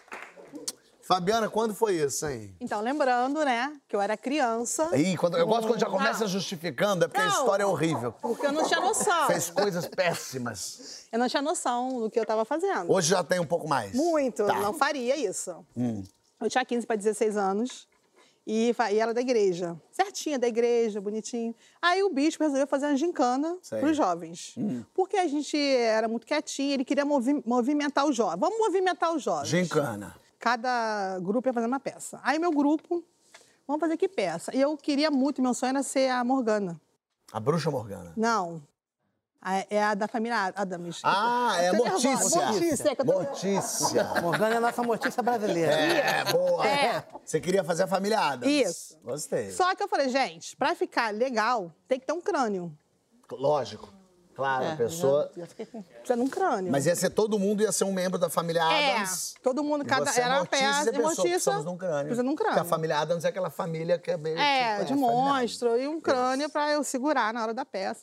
Fabiana, quando foi isso aí? Então, lembrando, né, que eu era criança. Aí, quando, eu gosto quando já começa Não. justificando, é porque Não, a história é horrível. Porque eu não tinha noção. Fez coisas péssimas. Eu não tinha noção do que eu estava fazendo. Hoje já tem um pouco mais. Muito, Tá. não faria isso. Hum. Eu tinha quinze para dezesseis anos e, fa- e era da igreja. Certinha, da igreja, bonitinho. Aí o bispo resolveu fazer uma gincana Sei. para os jovens. Hum. Porque a gente era muito quietinho, ele queria movi- movimentar os jovens. Vamos movimentar os jovens. Gincana. Cada grupo ia fazer uma peça. Aí meu grupo, vamos fazer que peça? E eu queria muito, meu sonho era ser a Morgana. A bruxa Morgana. Não. A- É a da família Adams. Ah, é a Eu tô nervosa. Mortícia. Mortícia, é que eu tô... Mortícia. Morgana é a nossa mortícia brasileira. É, boa. É. Você queria fazer a família Adams. Isso. Gostei. Só que eu falei, gente, pra ficar legal, tem que ter um crânio. Lógico. Claro, É, a pessoa... já- já fiquei com- Precisa de um crânio. Mas ia ser todo mundo, ia ser um membro da família É, Adams. todo mundo, E cada... você é Era uma mortícia, peça você de pensou, mortícia. precisamos de um crânio. Precisa de um crânio. Porque a família Adams é aquela família que é meio... É, tipo, de a família monstro e um crânio pra eu segurar na hora da peça.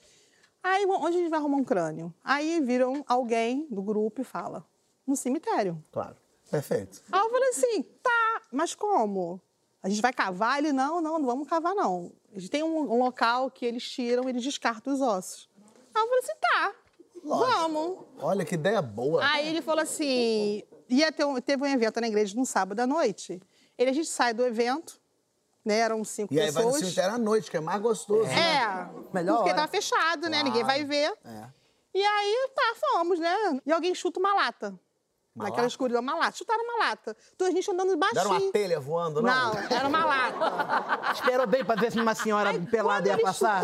Aí, onde a gente vai arrumar um crânio? Aí viram alguém do grupo e fala, no cemitério. Adams. Claro. Perfeito. Aí eu falei assim, tá, mas como? A gente vai cavar? Ele, não, não, não vamos cavar, não. A gente tem um, um local que eles tiram, eles descartam os ossos. Aí eu falei assim, tá, Lógico. vamos. Olha que ideia boa. Aí ele falou assim, ia ter um, teve um evento na igreja no sábado à noite. Ele, a gente sai do evento, né, eram cinco E aí vai no pessoas. cemitério à noite, que é mais gostoso. né? É, Melhor porque hora. tá fechado, né, Claro. ninguém vai ver. É. E aí, tá, fomos, né? E alguém chuta uma lata. Uma Naquela lata? escuridão, uma lata. Chutaram uma lata. Então a gente andando baixinho. Não era uma telha voando, não? Não, era uma lata. Esperou bem pra ver se uma senhora pelada Quando ia ele passar?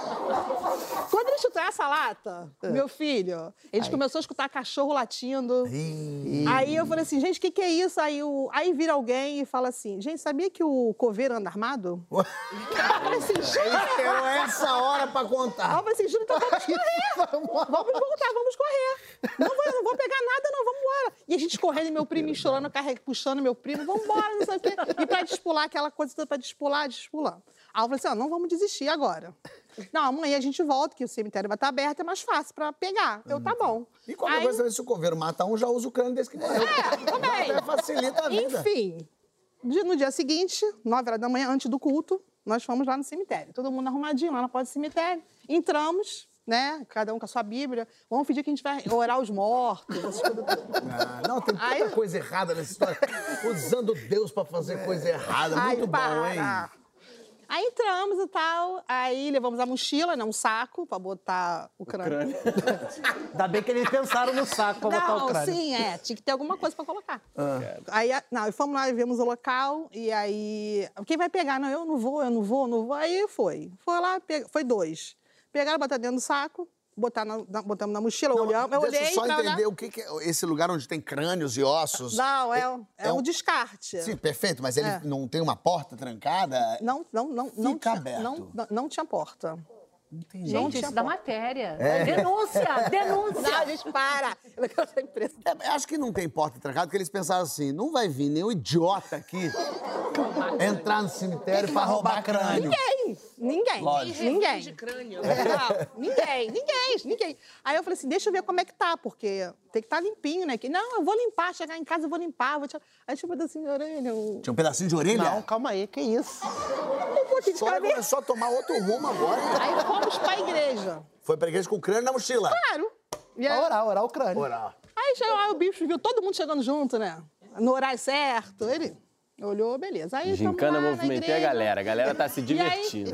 chutou, quando ele chutou essa lata, meu filho, a gente começou a escutar cachorro latindo. Ih. Aí eu falei assim, gente, o que, que é isso? Aí, o... Aí vira alguém e fala assim, gente, sabia que o coveiro anda armado? Eu falei assim, Ele esperou essa hora pra Aí eu contar. falei assim, Júlio, então vamos correr. Vamos voltar, vamos correr. Não vou, não vou pegar nada, não, vamos embora. E a gente correndo, e meu primo chorando, carrega, puxando meu primo, vamos embora, não sei o quê. E pra despular, aquela coisa toda pra despular, despular. Aí eu falei assim, ó, não vamos desistir agora. Não, amanhã a gente volta, que o cemitério vai estar aberto, é mais fácil pra pegar. Eu, tá bom. E qualquer Aí, coisa também, se o coveiro mata um, já usa o crânio desse que morreu. É, também. Até facilita a vida. Enfim, de- no dia seguinte, nove horas da manhã, antes do culto, nós fomos lá no cemitério. Todo mundo arrumadinho lá na porta do cemitério. Entramos, né? Cada um com a sua Bíblia. Vamos pedir que a gente vai orar os mortos. Essas coisas. Ah, não, tem tanta Aí- coisa errada nessa história. Usando Deus pra fazer coisa errada. Ai, Muito bom, para. hein? Aí entramos e tal, aí levamos a mochila, né, um saco pra botar o crânio. Ainda bem que eles pensaram no saco pra botar o Não, crânio. sim, é, tinha que ter alguma coisa pra colocar. Ah. Aí, a- não, e fomos lá e vimos o local, e aí, quem vai pegar? Não, eu não vou, eu não vou, eu não vou. Aí foi. Foi lá, pe- foi dois. Pegaram, botaram dentro do saco, botar na, na- botamos na mochila, Não, olhamos, eu deixa olhei eu só pra olhar. entender o que, que é esse lugar onde tem crânios e ossos. Não, é, é, é um um- descarte. Sim, perfeito, mas ele É. não tem uma porta trancada? Não, não, não, não, Fica tinha, aberto. não, não, não tinha porta. Entendi. Não Gente, tinha isso dá porta. matéria. É. Denúncia, denúncia. Não, gente, para. Eu não quero ser presa. É, acho que não tem porta trancada, porque eles pensaram assim, não vai vir nenhum idiota aqui entrar no cemitério pra roubar crânio. Ninguém, ninguém, Lógico. ninguém. De crânio. Não, ninguém, ninguém, ninguém. Aí eu falei assim, deixa eu ver como é que tá, porque tem que estar limpinho, né? Que, não, eu vou limpar, chegar em casa eu vou limpar. Vou tirar... Aí tipo assim, orelha, eu... Tinha um pedacinho de orelha? Não, calma aí, que isso? um pouquinho A de história cabelo. começou a tomar outro rumo agora. Aí fomos pra igreja. Foi pra igreja com o crânio na mochila. Claro. E aí, Pra orar, orar o crânio. Orar. aí chegou lá, o bicho viu todo mundo chegando junto, né? No horário certo. Ele olhou, beleza. Aí Gincana, tamo lá na movimentei a igreja. galera. A galera tá se E aí- divertindo.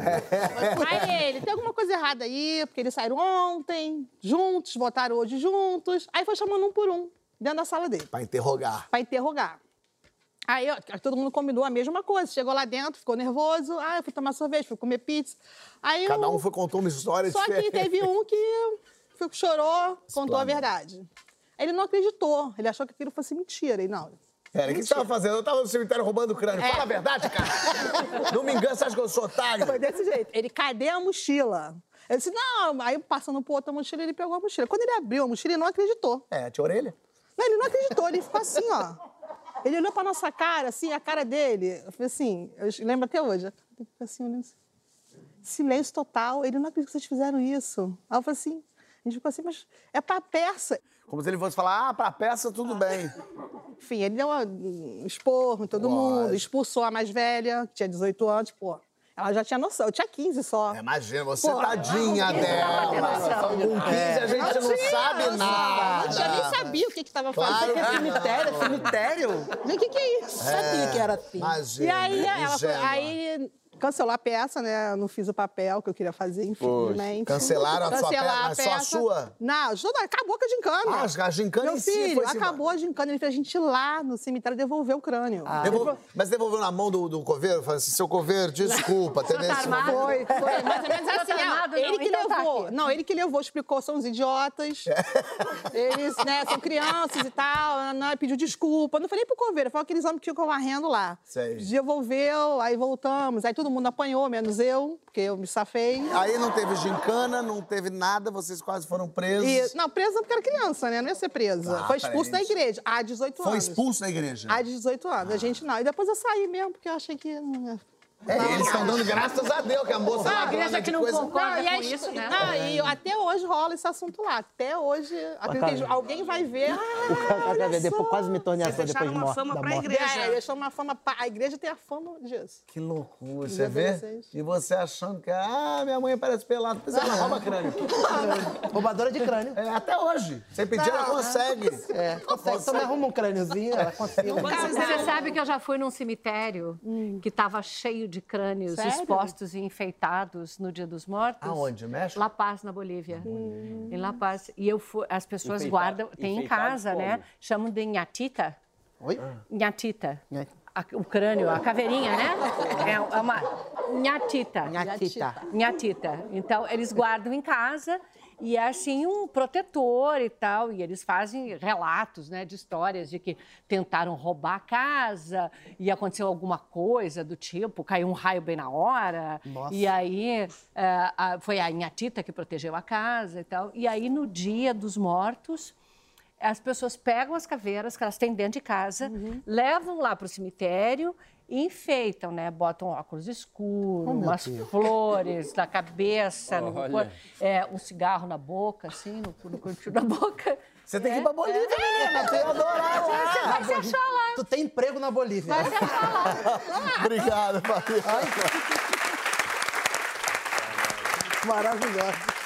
Aí ele, tem alguma coisa errada aí, porque eles saíram ontem, juntos, votaram hoje juntos. Aí foi chamando um por um, dentro da sala dele, Pra interrogar. pra interrogar. Aí ó, todo mundo combinou a mesma coisa. Chegou lá dentro, ficou nervoso. Ah, eu fui tomar sorvete, fui comer pizza. Aí Cada o- um foi contou uma história Só que diferente. teve um que foi- chorou, contou a verdade. Ele não acreditou, ele achou que aquilo fosse mentira. E não... Pera, o que você tava fazendo? Eu tava no cemitério roubando crânio. É. Fala a verdade, cara. Não me engana, você acha que eu sou otário? Foi desse jeito. Ele, cadê a mochila? Ele disse, não. Aí, passando por outra mochila, ele pegou a mochila. Quando ele abriu a mochila, ele não acreditou. É, tinha orelha? Não, ele não acreditou. Ele ficou assim, ó. Ele olhou pra nossa cara, assim, a cara dele. Eu falei assim, eu lembro até hoje. Ele ficou assim, olhando assim. Silêncio total. Ele, não acredito que vocês fizeram isso. Aí eu falei assim, a gente ficou assim, mas é pra peça. Como se ele fosse falar, ah, pra peça tudo bem. Enfim, ele deu um esporro em todo Lógico. mundo, expulsou a mais velha, que tinha dezoito anos, pô. Ela já tinha noção, eu tinha quinze só. É, imagina, você Pô, tadinha dela. Com quinze a gente não, tinha, sabe não, nada. Não tinha, nem sabia o que que estava Claro fazendo. que não. Cemitério, cemitério? O que que é isso? Sabia que era assim. Imagina, E aí, ela foi, ingênua. aí cancelou a peça, né? Eu não fiz o papel que eu queria fazer, infelizmente. Cancelaram a sua Cancelaram peça, mas só a sua? Não, só- acabou com a gincana. Ah, a gincana Meu em si filho, foi embora. acabou a gincana. Ele fez a gente ir lá no cemitério devolver o crânio. Ah. Devol- Mas devolveu na mão do, do coveiro? Falou assim, seu coveiro, desculpa, teve esse momento. Foi, foi. Mais ou menos assim, Tá ó, armado, ele não? que Então tá levou. aqui. Não, ele que levou, explicou, são os idiotas. Eles, né, são crianças e tal. Não, pediu desculpa. Não foi nem pro coveiro, foi aqueles homens que ficam varrendo lá. Sei. Devolveu, aí voltamos. Aí todo mundo apanhou, menos eu, porque eu me safei. Aí não teve gincana, não teve nada, vocês quase foram presos. E, não, presa porque era criança, né? Não ia ser presa. Ah, foi expulso da parente. igreja, há dezoito Foi anos. expulso da igreja? Há dezoito anos, a gente não. E depois eu saí mesmo, porque eu achei que... É, eles estão dando graças a Deus que a moça A lá igreja falando que de não coisa... concorda e com aí, isso, né? não, e até hoje rola esse assunto lá. Até hoje, acredito, alguém vai ver. Ah, Quer ver, depois quase me tornei ator depois de uma morte. fama da pra morte. igreja. é, deixou uma fama. pa- A igreja tem a fama disso. Que loucura, Os você vê? adolescentes. E você achando que, ah, minha mãe parece pelada, pois ela rouba crânio. Roubadora de crânio. É, até hoje. Sem pedir, ela consegue. É, consegue. Só me arruma um crâniozinho, ela consegue. Você sabe que eu já fui num cemitério que estava cheio de crânios Sério? expostos e enfeitados no Dia dos Mortos. Aonde? México? La Paz, na Bolívia. Em La Paz. E eu fui, as pessoas Enfeitado- guardam, tem em enfeitado casa, como? né? Chamam de nhatita. Oi? Nhatita. Nha- A- o crânio, a caveirinha, né? É, é uma nhatita. Nhatita. Nhatita. Então, eles guardam em casa e é, assim, um protetor e tal. E eles fazem relatos, né, de histórias de que tentaram roubar a casa e aconteceu alguma coisa do tipo, caiu um raio bem na hora. Nossa. E aí, é, a- foi a nhatita que protegeu a casa e tal. E aí, no Dia dos Mortos... As pessoas pegam as caveiras que elas têm dentro de casa, levam lá para o cemitério e enfeitam, né? Botam óculos escuros, umas flores na cabeça, no Olha. corpo, é, um cigarro na boca, assim, no, no cantinho da boca. Você tem que ir pra Bolívia, menina. Você ia adorar lá. Você vai se achar lá. Tu tem emprego na Bolívia. Vai se achar lá. Obrigado, Fabio. Maravilhosa.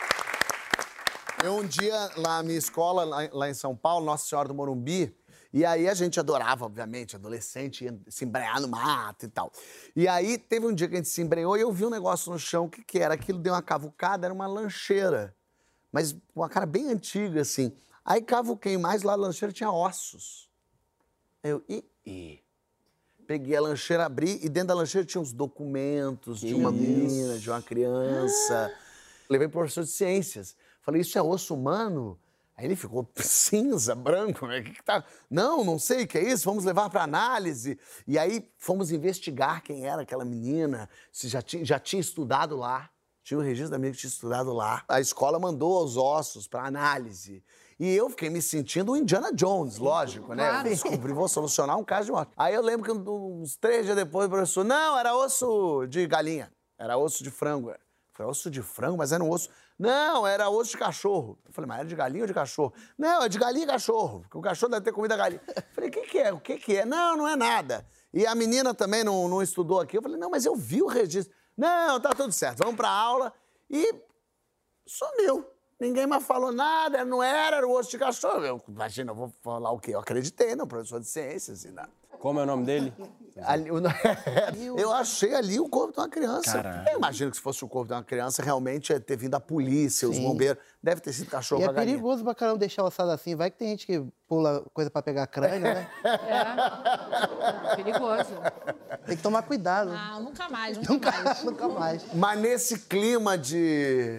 Eu um dia, lá na minha escola, lá, lá em São Paulo, Nossa Senhora do Morumbi, e aí a gente adorava, obviamente, adolescente, ia se embrenhar no mato e tal. E aí teve um dia que a gente se embrenhou e eu vi um negócio no chão, o que que era? Aquilo deu uma cavucada, era uma lancheira, mas uma cara bem antiga, assim. Aí cavuquei mais, lá da lancheira tinha ossos. Eu, ih, ih. Peguei a lancheira, abri, e dentro da lancheira tinha uns documentos de uma menina, de uma criança. Levei pro professor de ciências. Falei, isso é osso humano? Aí ele ficou cinza, branco, né? Que que tá? Não, não sei o que é isso, vamos levar para análise. E aí fomos investigar quem era aquela menina, se já tinha, já tinha estudado lá. Tinha o registro da menina que tinha estudado lá. A escola mandou os ossos para análise. E eu fiquei me sentindo o Indiana Jones, lógico, né? Claro. Eu descobri, vou solucionar um caso de morte. Aí eu lembro que uns três dias depois o professor, não, era osso de galinha, era osso de frango. Eu falei, osso de frango? Mas era um osso... Não, era osso de cachorro. Eu falei, mas era de galinha ou de cachorro? Não, é de galinha e cachorro, porque o cachorro deve ter comido a galinha. Eu falei, o que que é? O que que é? Não, não é nada. E a menina também não, não estudou aqui. Eu falei, não, mas eu vi o registro. Não, tá tudo certo, vamos pra aula. E sumiu. Ninguém mais falou nada, não era, era o osso de cachorro. Eu, imagina, eu vou falar o quê? Eu acreditei no professor de ciências e nada. Como é o nome dele? Ali, o- eu achei ali o corpo de uma criança. Caralho. Eu imagino que se fosse o corpo de uma criança, realmente ia ter vindo a polícia, os Sim. bombeiros. Deve ter sido cachorro E é com a galinha. perigoso pra caramba deixar o assado assim. Vai que tem gente que pula coisa pra pegar crânio, né? É, perigoso. Tem que tomar cuidado. Ah, nunca mais, nunca, Nunca, mais. nunca mais. Mas nesse clima de,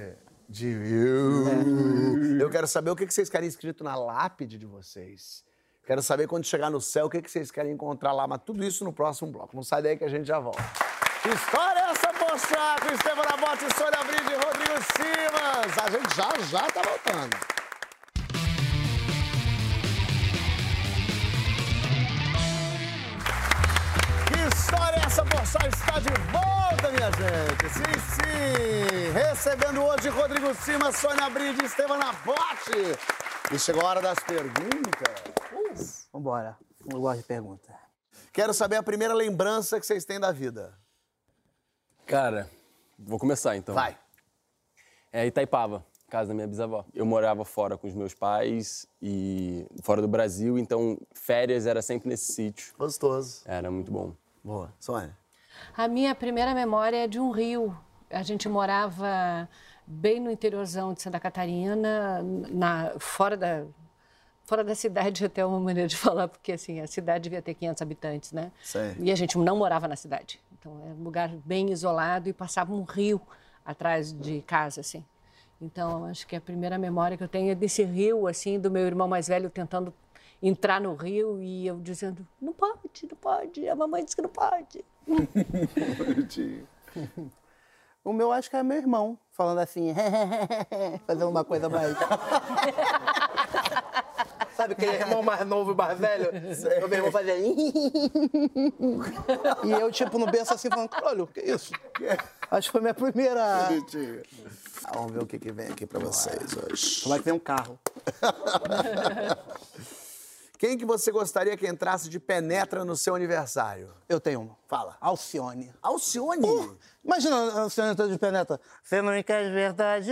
De you. Eu quero saber o que vocês querem escrito na lápide de vocês. Quero saber quando chegar no céu o que vocês querem encontrar lá, mas tudo isso no próximo bloco. Não sai daí que a gente já volta. Que história é essa, poxa? Com Estevam Nabote, Sônia Bride e Rodrigo Simas. A gente já, já tá voltando. Que história é essa, poxa? Está de volta, minha gente. Sim, sim. Recebendo hoje Rodrigo Simas, Sônia Bride e Estevam Nabote. E chegou a hora das perguntas. Vambora. Eu gosto de pergunta. Quero saber a primeira lembrança que vocês têm da vida. Cara, vou começar então. Vai. É Itaipava, casa da minha bisavó. Eu morava fora com os meus pais e fora do Brasil, então férias era sempre nesse sítio. Gostoso. Era muito bom. Boa. Sônia. A minha primeira memória é de um rio. A gente morava bem no interiorzão de Santa Catarina, na, fora da... Fora da cidade, até uma maneira de falar, porque assim, a cidade devia ter quinhentos habitantes, né? Sim. E a gente não morava na cidade. Então, era um lugar bem isolado e passava um rio atrás de casa, assim. Então, acho que a primeira memória que eu tenho é desse rio, assim, do meu irmão mais velho tentando entrar no rio e eu dizendo, não pode, não pode, a mamãe disse que não pode. O meu acho que é meu irmão, falando assim, fazendo uma coisa mais... Sabe aquele irmão mais novo e mais velho? O meu irmão fazia... E eu, tipo, no berço assim, falando, olha, o que é isso? Acho que foi minha primeira... Ah, vamos ver o que, que vem aqui pra vocês hoje. Como é que tem um carro? Quem que você gostaria que entrasse de penetra no seu aniversário? Eu tenho uma. Fala. Alcione. Alcione? Uh, imagina a Alcione entrando de penetra. Você não me quer de verdade.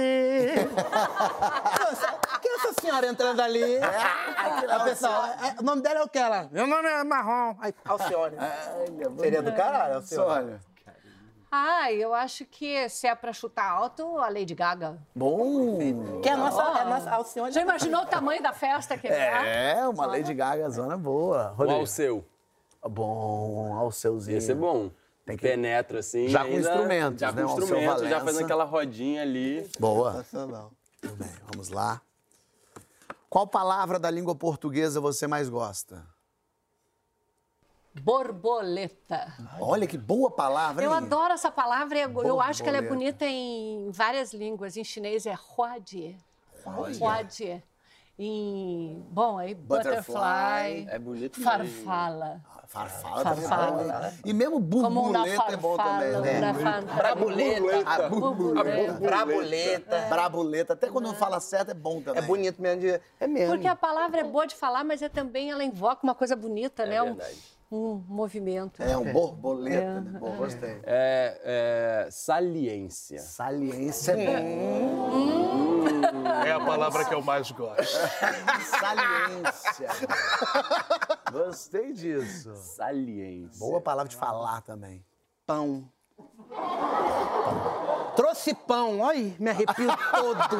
Que é essa senhora entrando ali? É, a pessoa, o nome dela é o que? Ela? Meu nome é Marrom. Aí, Alcione. Seria do caralho, Alcione. Ah, eu acho que se é pra chutar alto, a Lady Gaga. Bom. Que é a nossa, é a nossa Alcione. Já imaginou o tamanho da festa que é? É, uma Lady Gaga zona boa. O Alceu. Bom, Alceuzinho. Ia ser bom. Tem que... Penetra, assim. Já com ainda, instrumentos, já né? com Alceu instrumentos, já Valença. fazendo aquela rodinha ali. Boa. Sensacional. Tudo bem, vamos lá. Qual palavra da língua portuguesa você mais gosta? Borboleta. Olha que boa palavra, hein? Eu adoro essa palavra, eu, eu acho que ela é Borboleta. bonita em várias línguas. Em chinês é huajie. Huajie. Em, bom, aí Butterfly. butterfly. É bonito mesmo. Farfala. Farfala, Farfala. também é bom, hein? E mesmo Como uma burbuleta é bom também, farfala, né? uma fan- Brabuleta. A burbuleta. Brabuleta. Brabuleta. Até quando não fala certo é bom também. É bonito mesmo. De... É mesmo. Porque a palavra é boa de falar, mas é também, ela invoca uma coisa bonita, né? Um, verdade. um movimento. É um borboleta, né? Bom, gostei. É, é saliência. Saliência é bom. É a palavra que eu mais gosto. Saliência. Gostei disso. Saliência. Boa palavra de falar também. Pão. Trouxe pão. Olha, me arrepio todo.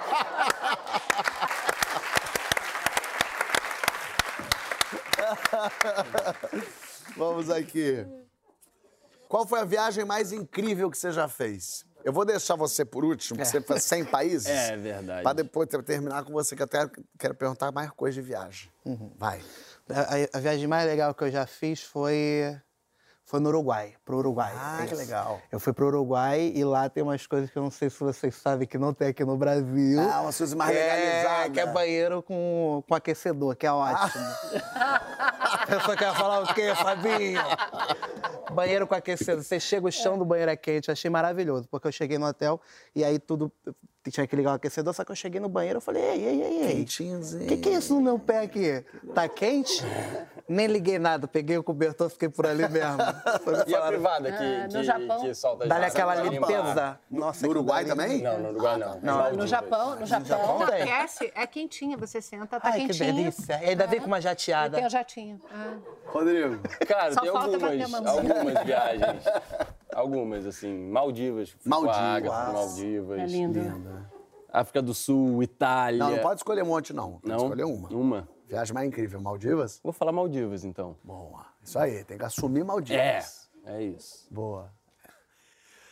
Vamos aqui. Qual foi a viagem mais incrível que você já fez? Eu vou deixar você por último, porque você faz cem países. É verdade. Pra depois eu terminar com você, que eu até quero perguntar mais coisas de viagem. Vai. A, a viagem mais legal que eu já fiz foi, foi no Uruguai, pro Uruguai. Ah, que legal. Eu fui pro Uruguai e lá tem umas coisas que eu não sei se vocês sabem que não tem aqui no Brasil. Ah, umas coisas mais que legalizadas. É, que é banheiro com, com aquecedor, que é ótimo. A pessoa quer falar o quê, Fabinho? Banheiro com aquecedor. Você chega, o chão do banheiro é quente. Eu achei maravilhoso, porque eu cheguei no hotel e aí tudo... Tinha que ligar o aquecedor, só que eu cheguei no banheiro e falei, ei, ei, ei, ei. Quentinhozinho. O que, que é isso no meu pé aqui? Tá quente? Nem liguei nada, peguei o cobertor, fiquei por ali mesmo. E a privada que, Ah, no que, Japão. que solta... Dá-lhe as aquela águas limpeza. limpas? Nossa, No Uruguai aquilo dali- também? Não, no Uruguai não. Não, Maldivas. No Japão, no Japão, Japão tem. aquece, é quentinha, você senta, tá Ai, que quentinho. delícia. E ainda vem com uma jateada. Tem a jatinha. Ah. Rodrigo. Cara, Só tem falta bater a algumas, mãozinha. algumas viagens. Algumas, assim. Maldivas. Fui Maldivas. Com a Agatha pra Maldivas. É lindo. África do Sul, Itália. Não, não pode escolher um monte, não. Tem que Não? escolher uma. Uma. Viagem mais incrível. Maldivas? Vou falar Maldivas, então. Boa. Isso aí, tem que assumir Maldivas. É, é isso. Boa.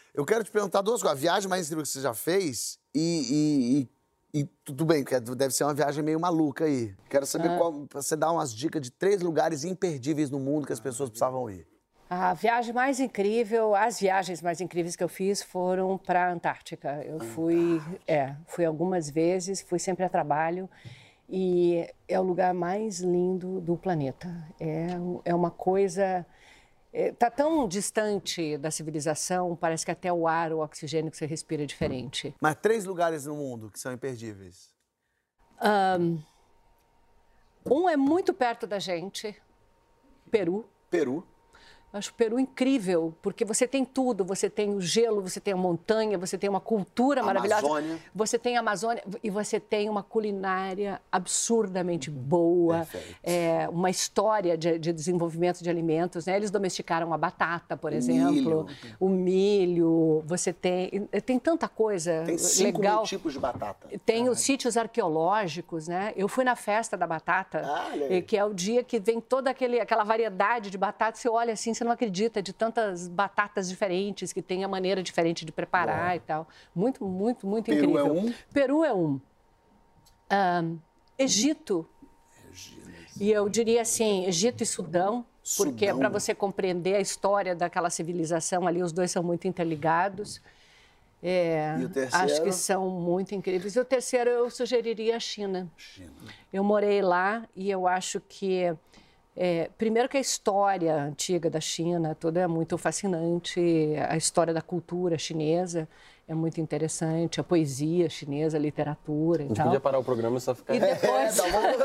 Eu quero te perguntar duas coisas. A viagem mais incrível que você já fez e... e, e, e tudo bem, porque deve ser uma viagem meio maluca aí. Quero saber ah. qual... Você dá umas dicas de três lugares imperdíveis no mundo que as pessoas precisavam ir. A viagem mais incrível, as viagens mais incríveis que eu fiz foram para a Antártica. Eu fui, é, fui algumas vezes, fui sempre a trabalho e é o lugar mais lindo do planeta. É, é uma coisa... Está é, tão distante da civilização, parece que até o ar, o oxigênio que você respira é diferente. Mas três lugares no mundo que são imperdíveis? Um, um é muito perto da gente, Peru. Peru. Eu acho o Peru incrível, porque você tem tudo. Você tem o gelo, você tem a montanha, você tem uma cultura maravilhosa. Amazônia. Você tem a Amazônia e você tem uma culinária absurdamente boa. É, uma história de, de desenvolvimento de alimentos. Né? Eles domesticaram a batata, por exemplo. Milho. O milho. Você tem... Tem tanta coisa tem cinco legal. Mil tipos de batata. Tem ah. os sítios arqueológicos, né? Eu fui na festa da batata, ah, que é o dia que vem toda aquele, aquela variedade de batata. Você olha assim, você não acredita de tantas batatas diferentes, que tem a maneira diferente de preparar. Bom. E tal. Muito, muito, muito Peru incrível. É um? Peru é um. um Egito. Egito. E eu diria assim, Egito e Sudão, Sudão. Porque para você compreender a história daquela civilização ali, os dois são muito interligados. É, e o terceiro? Acho que são muito incríveis. E o terceiro eu sugeriria a China. China. Eu morei lá e eu acho que É, primeiro que a história antiga da China toda é muito fascinante, a história da cultura chinesa é muito interessante, a poesia chinesa, a literatura e tal. A gente podia parar o programa e só ficar... E depois,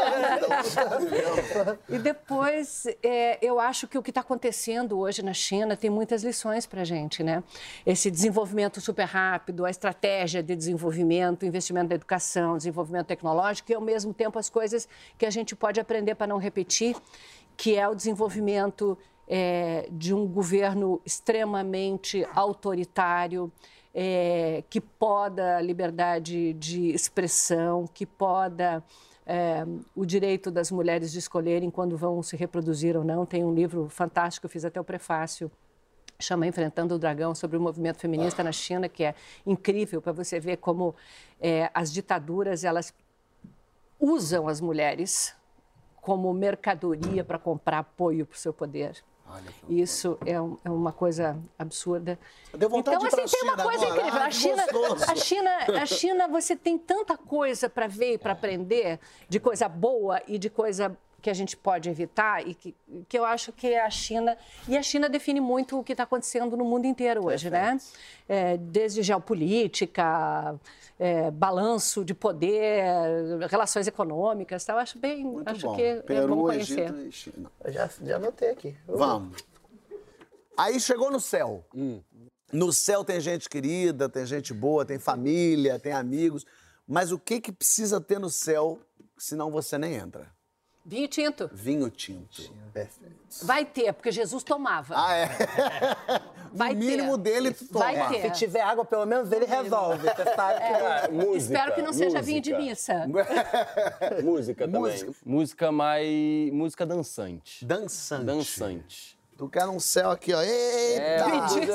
e depois é, eu acho que o que está acontecendo hoje na China tem muitas lições para a gente, né? Esse desenvolvimento super rápido, a estratégia de desenvolvimento, investimento na educação, desenvolvimento tecnológico e, ao mesmo tempo, as coisas que a gente pode aprender para não repetir, que é o desenvolvimento é, de um governo extremamente autoritário, é, que poda a liberdade de expressão, que poda é, o direito das mulheres de escolherem quando vão se reproduzir ou não. Tem um livro fantástico, eu fiz até o prefácio, chama Enfrentando o Dragão, sobre o movimento feminista na China, que é incrível para você ver como é, as ditaduras elas usam as mulheres como mercadoria para comprar apoio para o seu poder. Isso é, um, é uma coisa absurda. Deu vontade então, de ir assim, tem uma coisa agora. incrível. Ah, a, China, a, China, a China, você tem tanta coisa para ver e para aprender, de coisa boa e de coisa que a gente pode evitar, e que, que eu acho que a China... E a China define muito o que está acontecendo no mundo inteiro hoje, né? É, desde geopolítica, é, balanço de poder, relações econômicas, tá? Eu acho bem... Muito acho bom. que Peru, é bom conhecer. Egito e China. Eu já, já anotei aqui. Eu... Vamos. Aí chegou no céu. Hum. No céu tem gente querida, tem gente boa, tem família, tem amigos. Mas o que, que precisa ter no céu, senão você nem entra? Vinho tinto. Vinho tinto. Perfeito. Vai ter, porque Jesus tomava. Ah, é? Vai o mínimo ter. dele toma. Vai ter. Se tiver água, pelo menos ele resolve. Você sabe que... É, música, Espero que não seja música. vinho de missa. Música também. Música. Música mais... Música dançante. Dançante. Dançante. Tu quer um céu aqui, ó. Eita! É,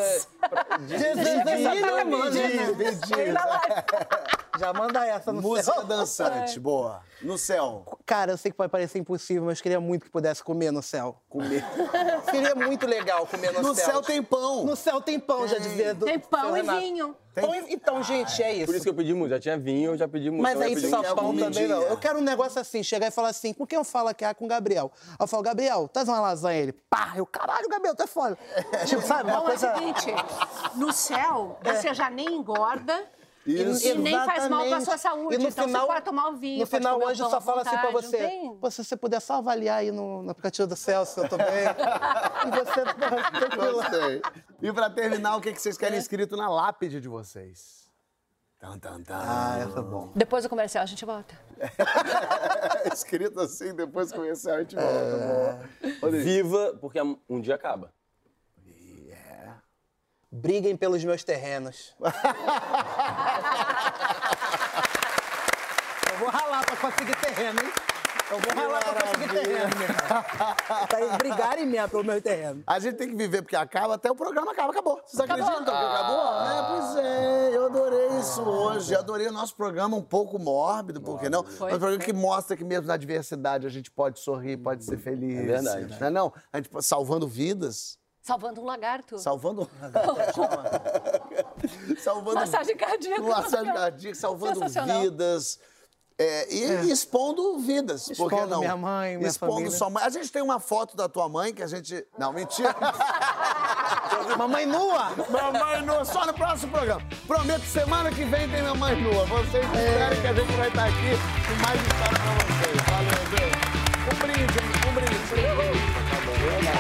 Já manda essa no Música céu. dançante, boa. No céu. Cara, eu sei que pode parecer impossível, mas eu queria muito que pudesse comer no céu. Comer. Seria muito legal comer no, No céu. céu tem pão. No céu tem pão, já dizia do Tem pão seu e Renato. vinho. Pão e- Então, gente, é isso. Por isso que eu pedi música. Já tinha vinho, eu já pedi música. Mas eu aí pedi só música. pão comidinha. também não. Eu quero um negócio assim, chegar e falar assim, por que eu falo que é com o Gabriel? Aí eu falo, Gabriel, traz uma lasanha. Ele, pá, eu, caralho, Gabriel, tu é foda. Tipo, sabe, uma Então é o coisa... seguinte, no céu, você já nem engorda Isso. e nem faz mal para a sua Exatamente. saúde. E no então final, você pode tomar o vinho, No pode final, comer o hoje, pão só à fala assim pra vontade, você, não tem? pô, se você puder só avaliar aí no, no aplicativo do céu se eu tô bem. E você, tranquilo. Gostei. E pra terminar, o que que vocês querem escrito na lápide de vocês? Tan, tan, tan. Ah, essa é bom. Depois do comercial a gente volta. Escrito assim, depois do comercial a gente volta. É... Viva, porque um dia acaba. Briguem pelos meus terrenos. Eu vou ralar pra conseguir terreno, hein? Eu vou ralar pra conseguir terreno, meu irmão. Pra brigarem mesmo pelo meu terreno. A gente tem que viver, porque acaba, até o programa acaba, acabou. Vocês acreditam que acabou? É, pois é, eu adorei isso hoje. Eu adorei o nosso programa um pouco mórbido, por que não? Mas um programa que mostra que mesmo na adversidade a gente pode sorrir, pode ser feliz. É verdade. Não é não? A gente salvando vidas. Salvando um lagarto. Salvando um lagarto. salvando... Massagem cardíaca. Massagem cardíaca, salvando vidas. É, e é. expondo vidas, expondo por que não? minha mãe, minha expondo família. Sua mãe. A gente tem uma foto da tua mãe que a gente... Não, mentira. Mamãe nua. Mamãe nua, só no próximo programa. Prometo, semana que vem tem mamãe nua. Vocês é. esperem que a gente vai estar aqui com mais história pra vocês. Valeu, Deus. Um brinde, um brinde. Um brinde.